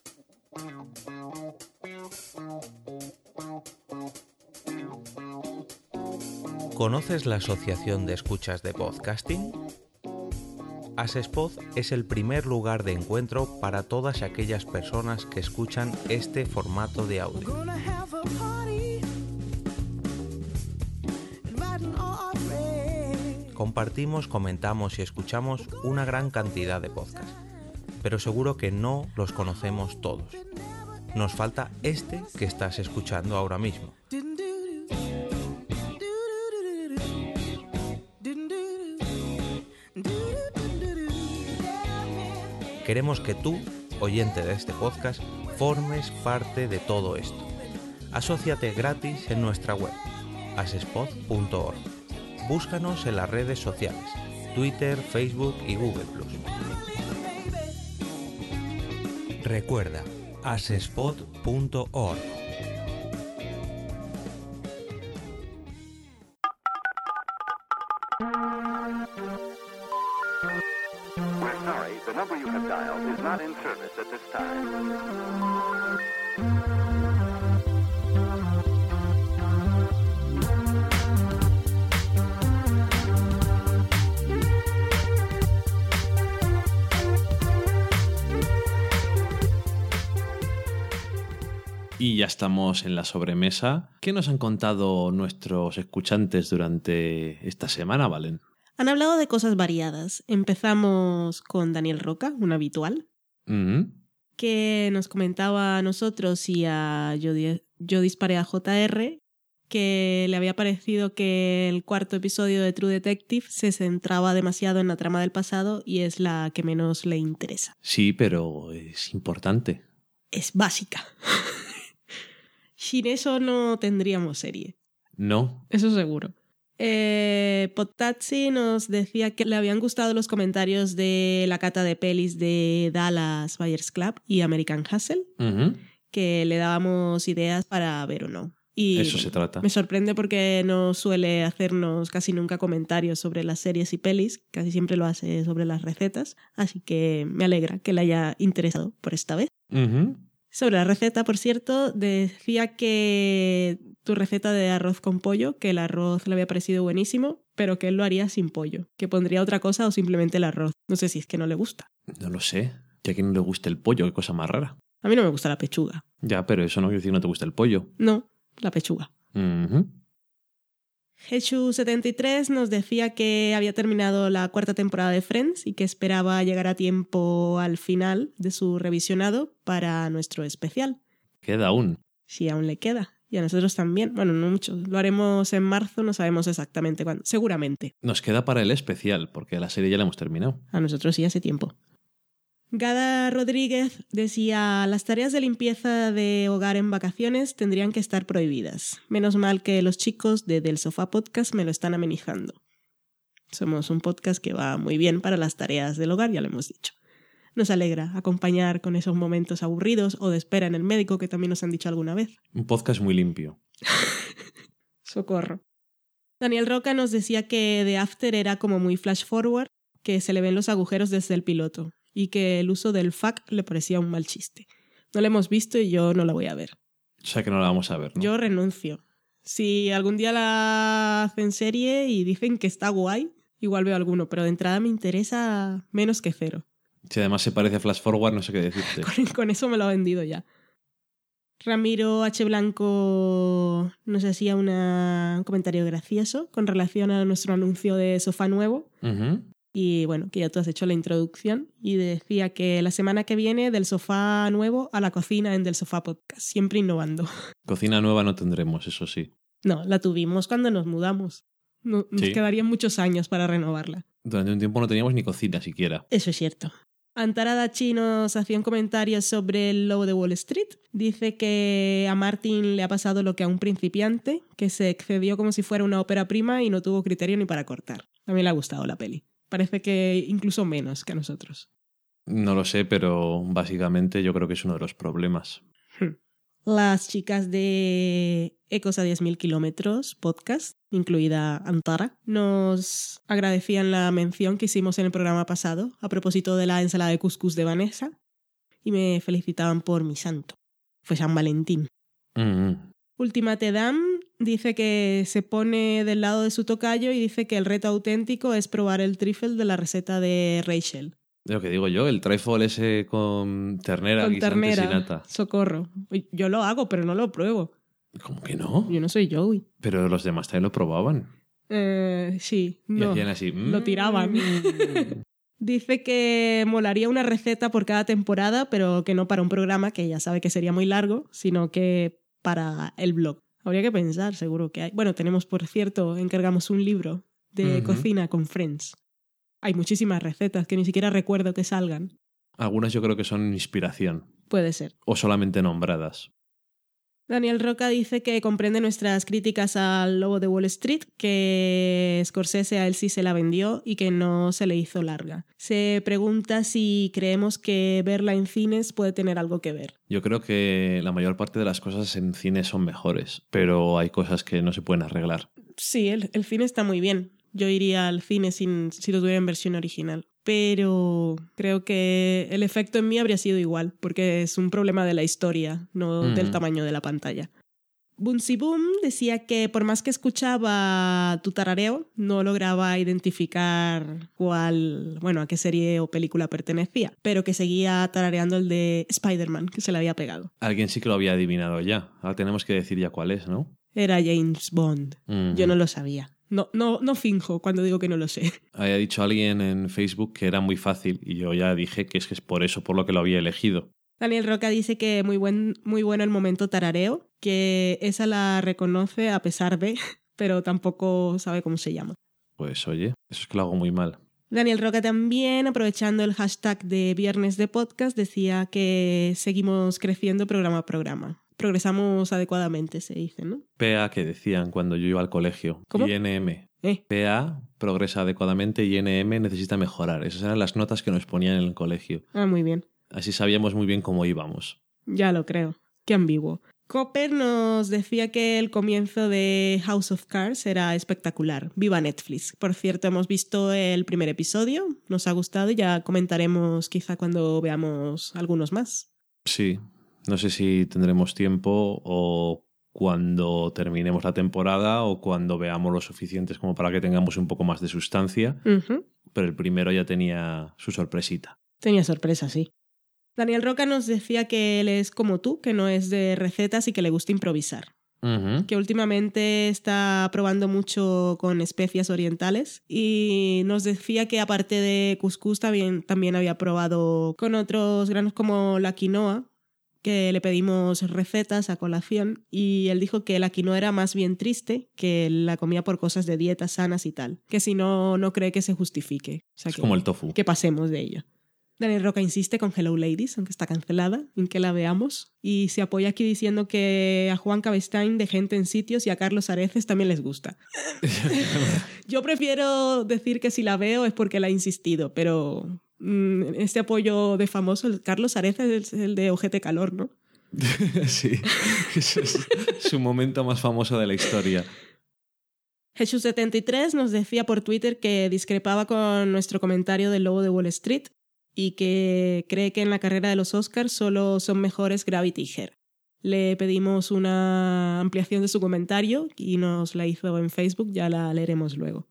¿Conoces la Asociación de Escuchas de Podcasting? Asespod es el primer lugar de encuentro para todas aquellas personas que escuchan este formato de audio. Compartimos, comentamos y escuchamos una gran cantidad de podcasts, pero seguro que no los conocemos todos. Nos falta este que estás escuchando ahora mismo. Queremos que tú, oyente de este podcast, formes parte de todo esto. Asóciate gratis en nuestra web, asespod punto org. Búscanos en las redes sociales, Twitter, Facebook y Google plus. Recuerda, asespod punto org. We're sorry, the number you have dialed is not in service at this time. Y ya estamos en la sobremesa. ¿Qué nos han contado nuestros escuchantes durante esta semana, Valen? Han hablado de cosas variadas. Empezamos con Daniel Roca, un habitual, Mm-hmm. que nos comentaba a nosotros y a Yo, Di- Yo Disparé a J R que le había parecido que el cuarto episodio de True Detective se centraba demasiado en la trama del pasado y es la que menos le interesa. Sí, pero es importante. Es básica. Sin eso no tendríamos serie. No. Eso seguro. Eh, Potazzi nos decía que le habían gustado los comentarios de la cata de pelis de Dallas Buyers Club y American Hustle, Mm-hmm. que le dábamos ideas para ver o no. Y Eso se trata. me sorprende porque no suele hacernos casi nunca comentarios sobre las series y pelis, casi siempre lo hace sobre las recetas, así que me alegra que le haya interesado por esta vez. Ujú. Sobre la receta, por cierto, decía que tu receta de arroz con pollo, que el arroz le había parecido buenísimo, pero que él lo haría sin pollo, que pondría otra cosa o simplemente el arroz. No sé si es que no le gusta. No lo sé. Que a quien no le guste el pollo, qué cosa más rara. A mí no me gusta la pechuga. Ya, pero eso no quiere decir que no te guste el pollo. No, la pechuga. Ujú. Hechu setenta y tres nos decía que había terminado la cuarta temporada de Friends y que esperaba llegar a tiempo al final de su revisionado para nuestro especial. Queda aún. Si aún le queda. Y a nosotros también. Bueno, no mucho. Lo haremos en marzo, no sabemos exactamente cuándo. Seguramente. Nos queda para el especial, porque la serie ya la hemos terminado. A nosotros sí hace tiempo. Gada Rodríguez decía: las tareas de limpieza de hogar en vacaciones tendrían que estar prohibidas. Menos mal que los chicos de Del Sofá Podcast me lo están amenizando. Somos un podcast que va muy bien para las tareas del hogar, ya lo hemos dicho. Nos alegra acompañar con esos momentos aburridos o de espera en el médico que también nos han dicho alguna vez. Un podcast muy limpio. Socorro. Daniel Roca nos decía que The After era como muy flash forward, que se le ven los agujeros desde el piloto y que el uso del fuck le parecía un mal chiste. No la hemos visto y yo no la voy a ver. O sea que no la vamos a ver, ¿no? Yo renuncio. Si algún día la hacen serie y dicen que está guay, igual veo alguno, pero de entrada me interesa menos que cero. Si además se parece a Flash Forward, no sé qué decirte. Con, con eso me lo ha vendido ya. Ramiro H. Blanco nos hacía una, un comentario gracioso con relación a nuestro anuncio de sofá nuevo. Ujú. Y bueno, que ya tú has hecho la introducción. Y decía que la semana que viene del sofá nuevo a la cocina en Del Sofá Podcast, siempre innovando. Cocina nueva no tendremos, eso sí. No, la tuvimos cuando nos mudamos. No, nos Sí. quedarían muchos años para renovarla. Durante un tiempo no teníamos ni cocina siquiera. Eso es cierto. Antara Dachi nos hacía un comentario sobre el lobo de Wall Street. Dice que a Martin le ha pasado lo que a un principiante, que se excedió como si fuera una ópera prima y no tuvo criterio ni para cortar. A mí le ha gustado la peli. Parece que incluso menos que a nosotros. No lo sé, pero básicamente yo creo que es uno de los problemas. Las chicas de Ecos a diez mil kilómetros podcast, incluida Antara, nos agradecían la mención que hicimos en el programa pasado a propósito de la ensalada de cuscús de Vanessa y me felicitaban por mi santo. Fue San Valentín. Mm-hmm. Ultimate Dam dice que se pone del lado de su tocayo y dice que el reto auténtico es probar el trifle de la receta de Rachel. Lo que digo yo, el trifle ese con ternera, Con guisantes ternera, y nata. socorro. Yo lo hago, pero no lo pruebo. ¿Cómo que no? Yo no soy Joey. Pero los demás también lo probaban. Eh, sí, Y no. hacían así. Lo "Mm". tiraban. Dice que molaría una receta por cada temporada, pero que no para un programa que ya sabe que sería muy largo, sino que para el blog. Habría que pensar, seguro que hay. Bueno, tenemos, por cierto, encargamos un libro de Ujú. cocina con Friends. Hay muchísimas recetas que ni siquiera recuerdo que salgan. Algunas yo creo que son inspiración. Puede ser. O solamente nombradas. Daniel Roca dice que comprende nuestras críticas al Lobo de Wall Street, que Scorsese a él sí se la vendió y que no se le hizo larga. Se pregunta si creemos que verla en cines puede tener algo que ver. Yo creo que la mayor parte de las cosas en cine son mejores, pero hay cosas que no se pueden arreglar. Sí, el, el cine está muy bien. Yo iría al cine sin, si lo tuviera en versión original. Pero creo que el efecto en mí habría sido igual, porque es un problema de la historia, no Mm. del tamaño de la pantalla. Boomsy Boom decía que por más que escuchaba tu tarareo, no lograba identificar cuál, bueno, a qué serie o película pertenecía, pero que seguía tarareando el de Spider-Man, que se le había pegado. Alguien sí que lo había adivinado ya. Ahora tenemos que decir ya cuál es, ¿no? Era James Bond. Ujú. Yo no lo sabía. No, no, no finjo cuando digo que no lo sé. Había dicho alguien en Facebook que era muy fácil y yo ya dije que es que es por eso por lo que lo había elegido. Daniel Roca dice que muy, buen, muy bueno el momento tarareo, que esa la reconoce a pesar de, pero tampoco sabe cómo se llama. Pues oye, eso es que lo hago muy mal. Daniel Roca también, aprovechando el hashtag de Viernes de Podcast, decía que seguimos creciendo programa a programa. Progresamos adecuadamente, se dice, ¿no? P A que decían cuando yo iba al colegio. ¿Cómo? Y N M. Eh, P A progresa adecuadamente y N M necesita mejorar. Esas eran las notas que nos ponían en el colegio. ah, muy bien. Así sabíamos muy bien cómo íbamos. Ya lo creo. Qué ambiguo. Copper nos decía que el comienzo de House of Cards era espectacular. ¡Viva Netflix! Por cierto, hemos visto el primer episodio, nos ha gustado y ya comentaremos quizá cuando veamos algunos más. Sí, no sé si tendremos tiempo o cuando terminemos la temporada o cuando veamos lo suficientes como para que tengamos un poco más de sustancia, Uh-huh. pero el primero ya tenía su sorpresita. Tenía sorpresa, sí. Daniel Roca nos decía que él es como tú, que no es de recetas y que le gusta improvisar. Uh-huh. Que últimamente está probando mucho con especias orientales y nos decía que aparte de cuscús también, también había probado con otros granos como la quinoa, que le pedimos recetas a colación y él dijo que la quinoa era más bien triste, que la comía por cosas de dietas sanas y tal, que si no, no cree que se justifique. O sea, Es que, como el tofu. que pasemos de ello. Daniel Roca insiste con Hello Ladies, aunque está cancelada, en que la veamos. Y se apoya aquí diciendo que a Juan Cabestein de Gente en Sitios y a Carlos Areces también les gusta. Yo prefiero decir que si la veo es porque la ha insistido, pero mmm, este apoyo de famoso, el Carlos Areces es el de Ojete Calor, ¿no? Sí, ese es su momento más famoso de la historia. Jesús setenta y tres nos decía por Twitter que discrepaba con nuestro comentario del Lobo de Wall Street y que cree que en la carrera de los Oscars solo son mejores Gravity y Her. Le pedimos una ampliación de su comentario y nos la hizo en Facebook, ya la leeremos luego.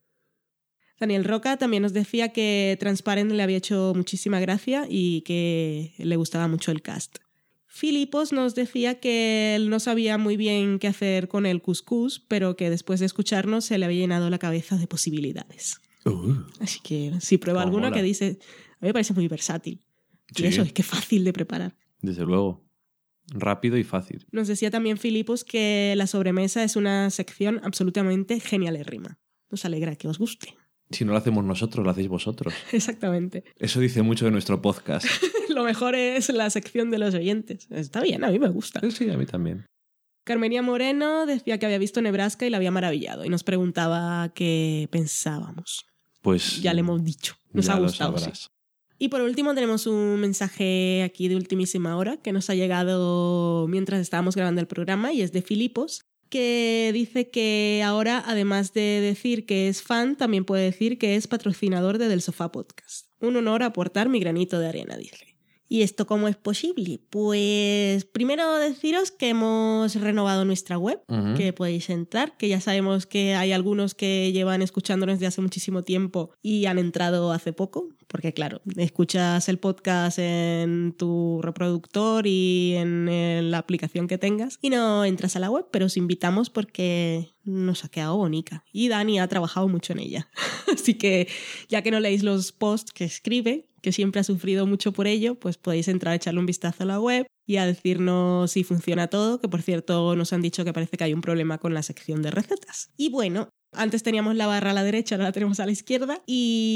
Daniel Roca también nos decía que Transparent le había hecho muchísima gracia y que le gustaba mucho el cast. Filipos nos decía que él no sabía muy bien qué hacer con el cuscús, pero que después de escucharnos se le había llenado la cabeza de posibilidades. Uh, Así que si prueba Cómo alguna mola. que dice, a mí me parece muy versátil. Sí. Y eso, es que fácil de preparar. Desde luego. Rápido y fácil. Nos decía también Filipos que la sobremesa es una sección absolutamente genialérrima. Nos alegra que os guste. Si no lo hacemos nosotros, lo hacéis vosotros. Exactamente. Eso dice mucho de nuestro podcast. Lo mejor es la sección de los oyentes. Está bien, a mí me gusta. Sí, a mí también. Carmenia Moreno decía que había visto Nebraska y la había maravillado y nos preguntaba qué pensábamos. Pues Ya le hemos dicho. Nos ya ha lo gustado, sí. sabrás. Y por último tenemos un mensaje aquí de ultimísima hora que nos ha llegado mientras estábamos grabando el programa y es de Filipos, que dice que ahora, además de decir que es fan, también puede decir que es patrocinador de Del Sofá Podcast. Un honor aportar mi granito de arena, dice. ¿Y esto cómo es posible? Pues primero deciros que hemos renovado nuestra web, Ujú. que podéis entrar, que ya sabemos que hay algunos que llevan escuchándonos desde hace muchísimo tiempo y han entrado hace poco, porque claro, escuchas el podcast en tu reproductor y en eh, la aplicación que tengas y no entras a la web, pero os invitamos porque nos ha quedado bonita y Dani ha trabajado mucho en ella. Así que ya que no leéis los posts que escribe, que siempre ha sufrido mucho por ello, pues podéis entrar a echarle un vistazo a la web y a decirnos si funciona todo, que por cierto nos han dicho que parece que hay un problema con la sección de recetas. Y bueno, antes teníamos la barra a la derecha, ahora la tenemos a la izquierda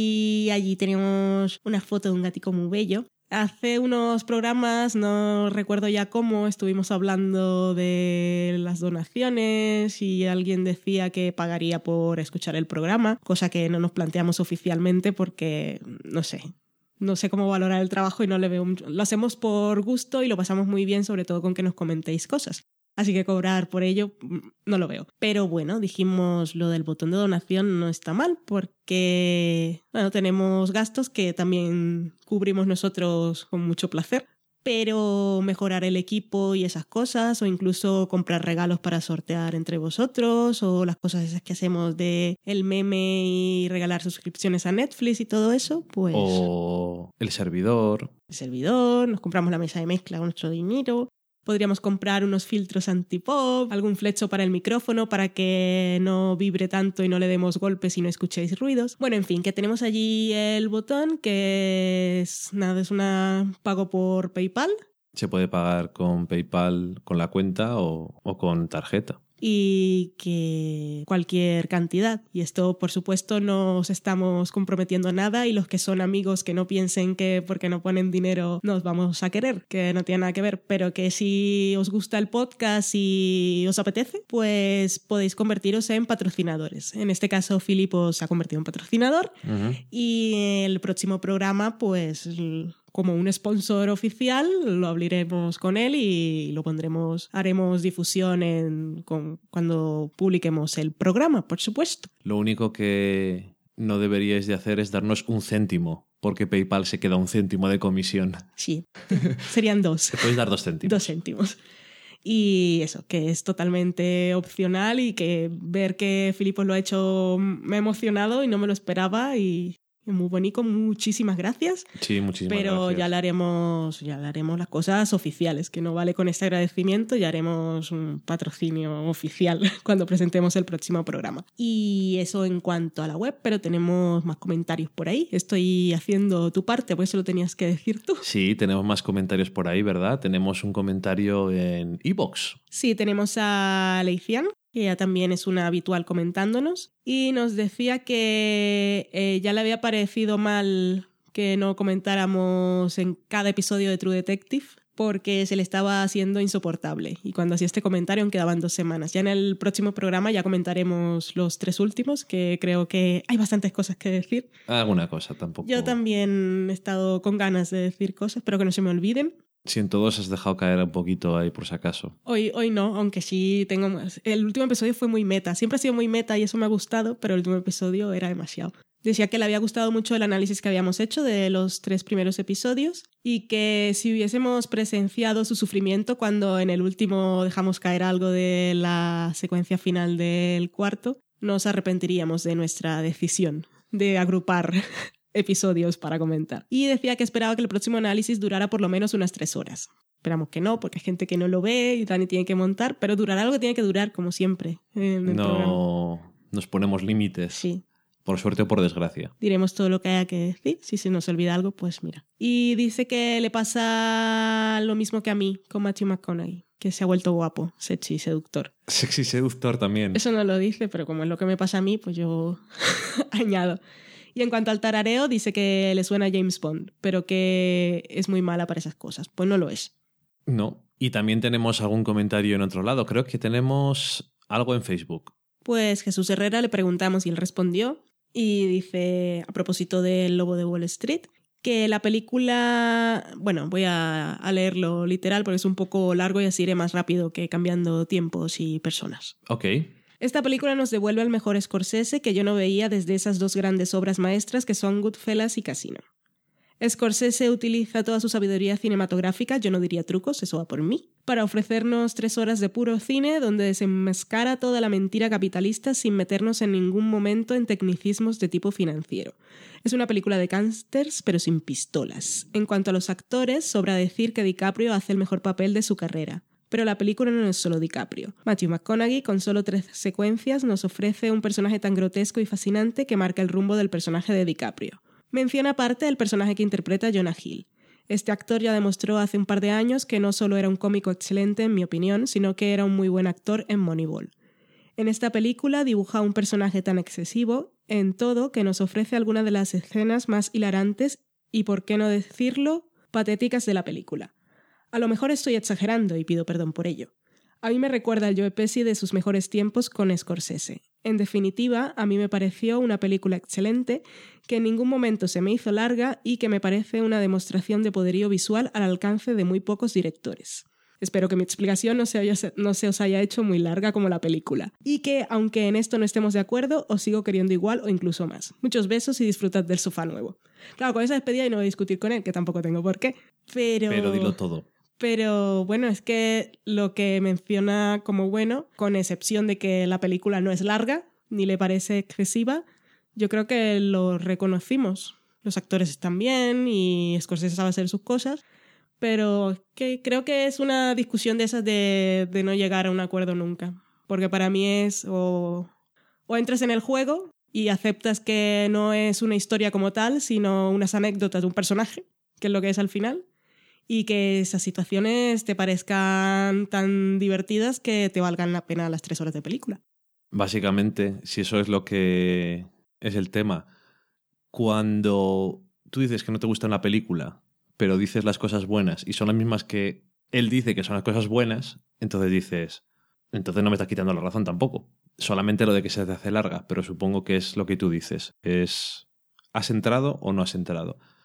y allí tenemos una foto de un gatico muy bello. Hace unos programas, no recuerdo ya cómo, estuvimos hablando de las donaciones y alguien decía que pagaría por escuchar el programa, cosa que no nos planteamos oficialmente porque, no sé, no sé cómo valorar el trabajo y no le veo mucho. Lo hacemos por gusto y lo pasamos muy bien, sobre todo con que nos comentéis cosas. Así que cobrar por ello no lo veo. Pero bueno, dijimos lo del botón de donación no está mal porque, bueno, tenemos gastos que también cubrimos nosotros con mucho placer. Pero mejorar el equipo y esas cosas, o incluso comprar regalos para sortear entre vosotros, o las cosas esas que hacemos de el meme y regalar suscripciones a Netflix y todo eso, pues O el servidor. el servidor, nos compramos la mesa de mezcla con nuestro dinero. Podríamos comprar unos filtros antipop, algún flecho para el micrófono para que no vibre tanto y no le demos golpes y no escuchéis ruidos. Bueno, en fin, que tenemos allí el botón que es nada, es una pago por PayPal Se puede pagar con PayPal, con la cuenta o, o con tarjeta. y que cualquier cantidad. Y esto, por supuesto, no os estamos comprometiendo a nada y los que son amigos que no piensen que porque no ponen dinero nos vamos a querer, que no tiene nada que ver, pero que si os gusta el podcast y os apetece, pues podéis convertiros en patrocinadores. En este caso, Filipos se ha convertido en patrocinador Ujú. y el próximo programa, pues como un sponsor oficial, lo abriremos con él y lo pondremos, haremos difusión en, con, cuando publiquemos el programa, por supuesto. Lo único que no deberíais de hacer es darnos un céntimo, porque PayPal se queda un céntimo de comisión. Sí, serían dos. Te puedes dar dos céntimos. Dos céntimos. Y eso, que es totalmente opcional y que ver que Filipos lo ha hecho me ha emocionado y no me lo esperaba y muy bonito, muchísimas gracias. Sí, muchísimas Pero gracias. ya le haremos, ya le haremos las cosas oficiales, que no vale con este agradecimiento, ya haremos un patrocinio oficial cuando presentemos el próximo programa. Y eso en cuanto a la web, pero tenemos más comentarios por ahí. Estoy haciendo tu parte, por eso lo tenías que decir tú. Sí, tenemos más comentarios por ahí, ¿verdad? Tenemos un comentario en iVoox. Sí, tenemos a Leician, que ella también es una habitual comentándonos, y nos decía que eh, ya le había parecido mal que no comentáramos en cada episodio de True Detective porque se le estaba haciendo insoportable. Y cuando hacía este comentario aún quedaban dos semanas. Ya en el próximo programa ya comentaremos los tres últimos, que creo que hay bastantes cosas que decir. Alguna cosa tampoco. Yo también he estado con ganas de decir cosas, pero que no se me olviden. Si en todos has dejado caer un poquito ahí por si acaso. Hoy, hoy no, aunque sí tengo más. El último episodio fue muy meta. Siempre ha sido muy meta y eso me ha gustado, pero el último episodio era demasiado. Decía que le había gustado mucho el análisis que habíamos hecho de los tres primeros episodios y que si hubiésemos presenciado su sufrimiento cuando en el último dejamos caer algo de la secuencia final del cuarto, nos arrepentiríamos de nuestra decisión de agrupar episodios para comentar. Y decía que esperaba que el próximo análisis durara por lo menos unas tres horas. Esperamos que no, porque hay gente que no lo ve y Dani tiene que montar, pero durará algo que tiene que durar, como siempre. En el no programa. Nos ponemos límites. Sí. Por suerte o por desgracia. Diremos todo lo que haya que decir. Si se nos olvida algo, pues mira. Y dice que le pasa lo mismo que a mí con Matthew McConaughey, que se ha vuelto guapo, sexy, seductor. Sexy seductor también. Eso no lo dice, pero como es lo que me pasa a mí, pues yo añado. Y en cuanto al tarareo, dice que le suena a James Bond, pero que es muy mala para esas cosas. Pues no lo es. No. Y también tenemos algún comentario en otro lado. Creo que tenemos algo en Facebook. Pues Jesús Herrera le preguntamos y él respondió. Y dice, a propósito del Lobo de Wall Street, que la película... Bueno, voy a, a leerlo literal porque es un poco largo y así iré más rápido que cambiando tiempos y personas. Ok. Esta película nos devuelve al mejor Scorsese que yo no veía desde esas dos grandes obras maestras que son Goodfellas y Casino. Scorsese utiliza toda su sabiduría cinematográfica, yo no diría trucos, eso va por mí, para ofrecernos tres horas de puro cine donde desenmascara toda la mentira capitalista sin meternos en ningún momento en tecnicismos de tipo financiero. Es una película de gángsters, pero sin pistolas. En cuanto a los actores, sobra decir que DiCaprio hace el mejor papel de su carrera. Pero la película no es solo DiCaprio. Matthew McConaughey, con solo tres secuencias, nos ofrece un personaje tan grotesco y fascinante que marca el rumbo del personaje de DiCaprio. Menciona aparte el personaje que interpreta Jonah Hill. Este actor ya demostró hace un par de años que no solo era un cómico excelente, en mi opinión, sino que era un muy buen actor en Moneyball. En esta película dibuja un personaje tan excesivo en todo que nos ofrece algunas de las escenas más hilarantes y, por qué no decirlo, patéticas de la película. A lo mejor estoy exagerando y pido perdón por ello. A mí me recuerda al Joe Pesci de sus mejores tiempos con Scorsese. En definitiva, a mí me pareció una película excelente, que en ningún momento se me hizo larga y que me parece una demostración de poderío visual al alcance de muy pocos directores. Espero que mi explicación no se, haya, no se os haya hecho muy larga como la película. Y que, aunque en esto no estemos de acuerdo, os sigo queriendo igual o incluso más. Muchos besos y disfrutad del sofá nuevo. Claro, con esa despedida y no voy a discutir con él, que tampoco tengo por qué. Pero... Pero dilo todo. Pero bueno, es que lo que menciona como bueno, con excepción de que la película no es larga, ni le parece excesiva, yo creo que lo reconocimos. Los actores están bien y Scorsese sabe hacer sus cosas, pero que creo que es una discusión de esas de, de no llegar a un acuerdo nunca. Porque para mí es o, o entras en el juego y aceptas que no es una historia como tal, sino unas anécdotas de un personaje, que es lo que es al final, y que esas situaciones te parezcan tan divertidas que te valgan la pena las tres horas de película. Básicamente, si eso es lo que es el tema, cuando tú dices que no te gusta una película, pero dices las cosas buenas y son las mismas que él dice que son las cosas buenas, entonces dices, entonces no me estás quitando la razón tampoco. Solamente lo de que se te hace larga, pero supongo que es lo que tú dices. Es, ¿has entrado o no has entrado?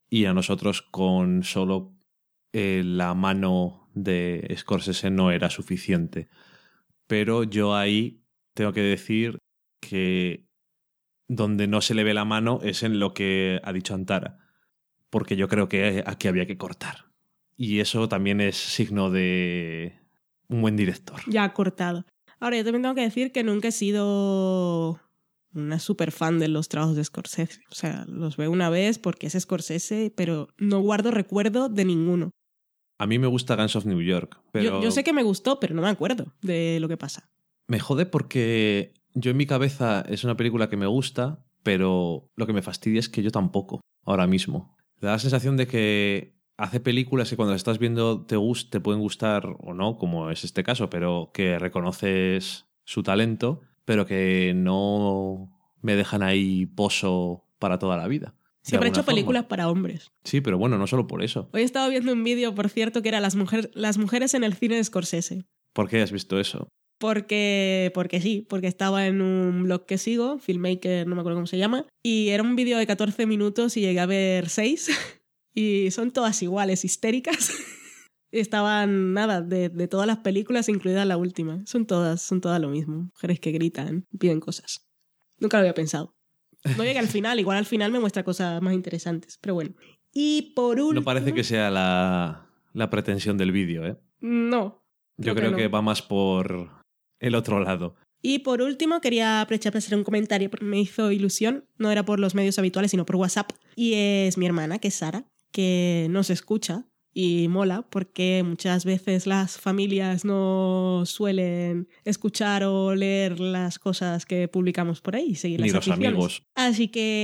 y a nosotros con solo eh, la mano de Scorsese no era suficiente. Pero yo ahí tengo que decir que donde no se le ve la mano es en lo que ha dicho Antara, porque yo creo que aquí había que cortar. Y eso también es signo de un buen director. Ya cortado. Ahora, yo también tengo que decir que nunca he sido una super fan de los trabajos de Scorsese. O sea, los veo una vez porque es Scorsese, pero no guardo recuerdo de ninguno. A mí me gusta Gangs of New York, pero Yo, yo sé que me gustó, pero no me acuerdo de lo que pasa. me jode porque yo en mi cabeza es una película que me gusta, pero lo que me fastidia es que yo tampoco, ahora mismo. Me da la sensación de que hace películas que cuando las estás viendo te, gust- te pueden gustar o no, como es este caso, pero que reconoces su talento, pero que no me dejan ahí pozo para toda la vida. de Siempre he alguna hecho películas forma. para hombres. Sí, pero bueno, no solo por eso. Hoy he estado viendo un vídeo, por cierto, que era las, mujer, las mujeres en el cine de Scorsese. ¿Por qué has visto eso? Porque, porque sí, porque estaba en un blog que sigo, Filmmaker, no me acuerdo cómo se llama, y era un vídeo de catorce minutos y llegué a ver seis y son todas iguales, histéricas. Estaban, nada, de, de todas las películas, incluida la última. Son todas, son todas lo mismo. Mujeres que gritan, piden cosas. Nunca lo había pensado. No llegué al final, igual al final me muestra cosas más interesantes, pero bueno. Y por último... No parece que sea la, la pretensión del vídeo, ¿eh? No. Yo creo creo que que no. va más por el otro lado. Y por último, quería aprovechar para hacer un comentario porque me hizo ilusión. No era por los medios habituales, sino por WhatsApp. Y es mi hermana, que es Sara, que nos escucha y mola porque muchas veces las familias no suelen escuchar o leer las cosas que publicamos por ahí y seguir Ni las los aficiones. amigos. Así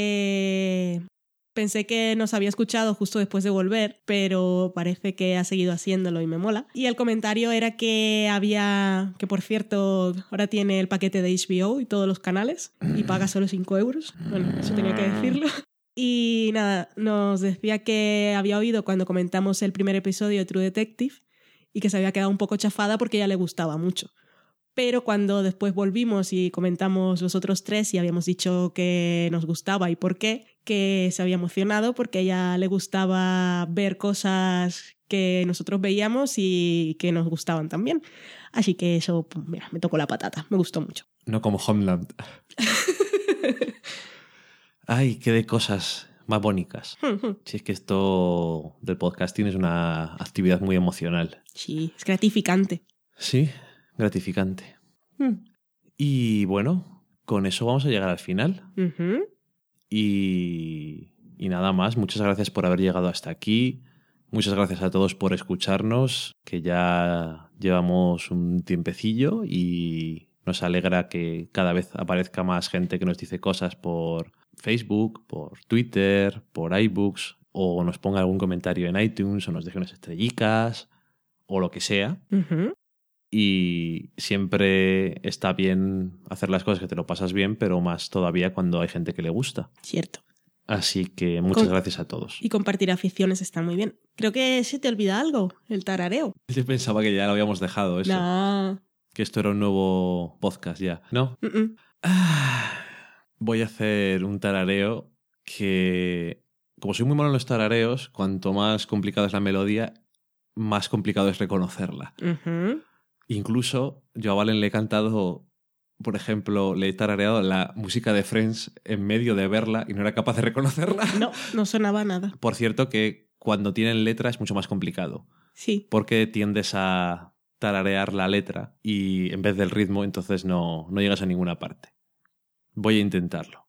que pensé que nos había escuchado justo después de volver, pero parece que ha seguido haciéndolo y me mola. Y el comentario era que había, que por cierto, ahora tiene el paquete de H B O y todos los canales y paga solo cinco euros. Bueno, eso tenía que decirlo. Y nada, nos decía que había oído cuando comentamos el primer episodio de True Detective y que se había quedado un poco chafada porque a ella le gustaba mucho. Pero cuando después volvimos y comentamos los otros tres y habíamos dicho que nos gustaba y por qué, que se había emocionado porque a ella le gustaba ver cosas que nosotros veíamos y que nos gustaban también. Así que eso, pues, mira, me tocó la patata, me gustó mucho. No como Homeland. Ay, qué de cosas más bonitas. Si es que esto del podcasting es una actividad muy emocional. Sí, es gratificante. Sí, gratificante. Mm. Y bueno, con eso vamos a llegar al final. Ujú. Y, y nada más, muchas gracias por haber llegado hasta aquí. Muchas gracias a todos por escucharnos, que ya llevamos un tiempecillo y nos alegra que cada vez aparezca más gente que nos dice cosas por Facebook, por Twitter, por iBooks, o nos ponga algún comentario en iTunes, o nos deje unas estrellicas, o lo que sea. Ujú. Y siempre está bien hacer las cosas que te lo pasas bien, pero más todavía cuando hay gente que le gusta. Cierto. Así que muchas Con- gracias a todos. Y compartir aficiones está muy bien. Creo que se te olvida algo, el tarareo. Yo pensaba que ya lo habíamos dejado eso. No. Que esto era un nuevo podcast ya. ¿No? Mm-mm. Ah, voy a hacer un tarareo que, como soy muy malo en los tarareos, cuanto más complicada es la melodía, más complicado es reconocerla. Ujú. Incluso yo a Valen le he cantado, por ejemplo, le he tarareado la música de Friends en medio de verla y no era capaz de reconocerla. No, no sonaba nada. Por cierto que cuando tienen letra es mucho más complicado, Sí. porque tiendes a tararear la letra y en vez del ritmo, entonces no, no llegas a ninguna parte. Voy a intentarlo.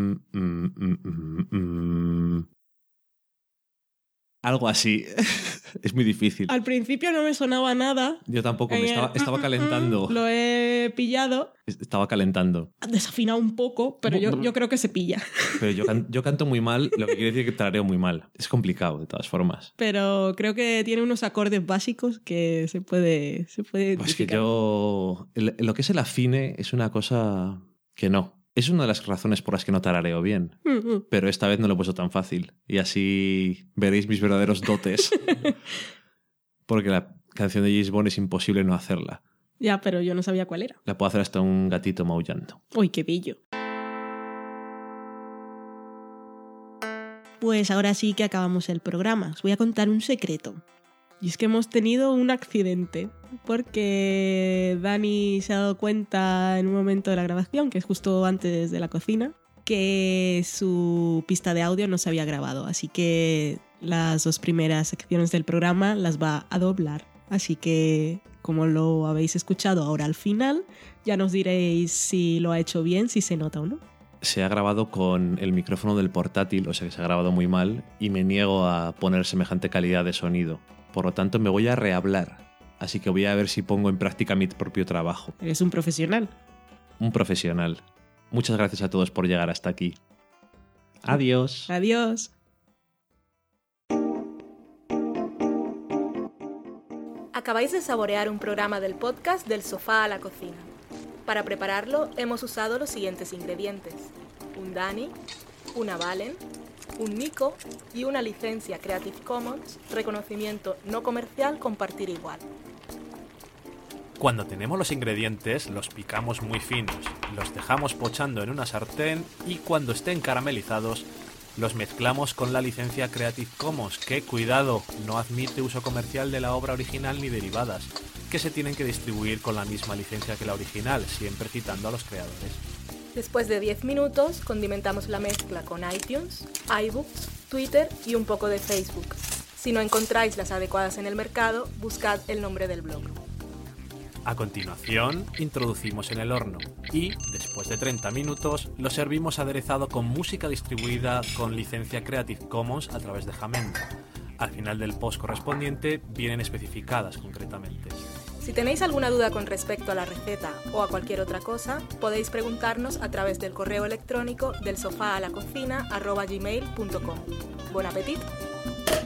Algo así. Es muy difícil. Al principio no me sonaba nada. Yo tampoco, me En estaba, el- estaba calentando. Lo he pillado. Estaba calentando. Desafinado un poco, pero yo, yo creo que se pilla. Pero yo, can- yo canto muy mal, lo que quiere decir que tarareo muy mal. Es complicado, de todas formas. Pero creo que tiene unos acordes básicos que se puede, se puede Pues que identificar. yo... el- lo que es el afine es una cosa que no. Es una de las razones por las que no tarareo bien. Mm, mm. Pero esta vez no lo he puesto tan fácil. Y así veréis mis verdaderos dotes. Porque la canción de James Bond es imposible no hacerla. Ya, pero yo no sabía cuál era. La puedo hacer hasta un gatito maullando. Uy, qué bello. Pues ahora sí que acabamos el programa. Os voy a contar un secreto. Y es que hemos tenido un accidente. Porque Dani se ha dado cuenta en un momento de la grabación, que es justo antes de la cocina, que su pista de audio no se había grabado. Así que las dos primeras secciones del programa las va a doblar. Así que, como lo habéis escuchado ahora al final, ya nos diréis si lo ha hecho bien, si se nota o no. Se ha grabado con el micrófono del portátil, o sea que se ha grabado muy mal, y me niego a poner semejante calidad de sonido. Por lo tanto, me voy a rehablar. Así que voy a ver si pongo en práctica mi propio trabajo. Eres un profesional. Un profesional. Muchas gracias a todos por llegar hasta aquí. Adiós. Adiós. Acabáis de saborear un programa del podcast Del sofá a la cocina. Para prepararlo hemos usado los siguientes ingredientes: un Dani, una Valen, un Nico y una licencia Creative Commons, reconocimiento no comercial, compartir igual. Cuando tenemos los ingredientes, los picamos muy finos, los dejamos pochando en una sartén y cuando estén caramelizados, los mezclamos con la licencia Creative Commons, que, cuidado, no admite uso comercial de la obra original ni derivadas, que se tienen que distribuir con la misma licencia que la original, siempre citando a los creadores. Después de diez minutos, condimentamos la mezcla con iTunes, iBooks, Twitter y un poco de Facebook. Si no encontráis las adecuadas en el mercado, buscad el nombre del blog. A continuación, introducimos en el horno y, después de treinta minutos, lo servimos aderezado con música distribuida con licencia Creative Commons a través de Jamendo. Al final del post correspondiente vienen especificadas concretamente. Si tenéis alguna duda con respecto a la receta o a cualquier otra cosa, podéis preguntarnos a través del correo electrónico del sofá a la cocina arroba gmail punto com. ¡Buen apetito!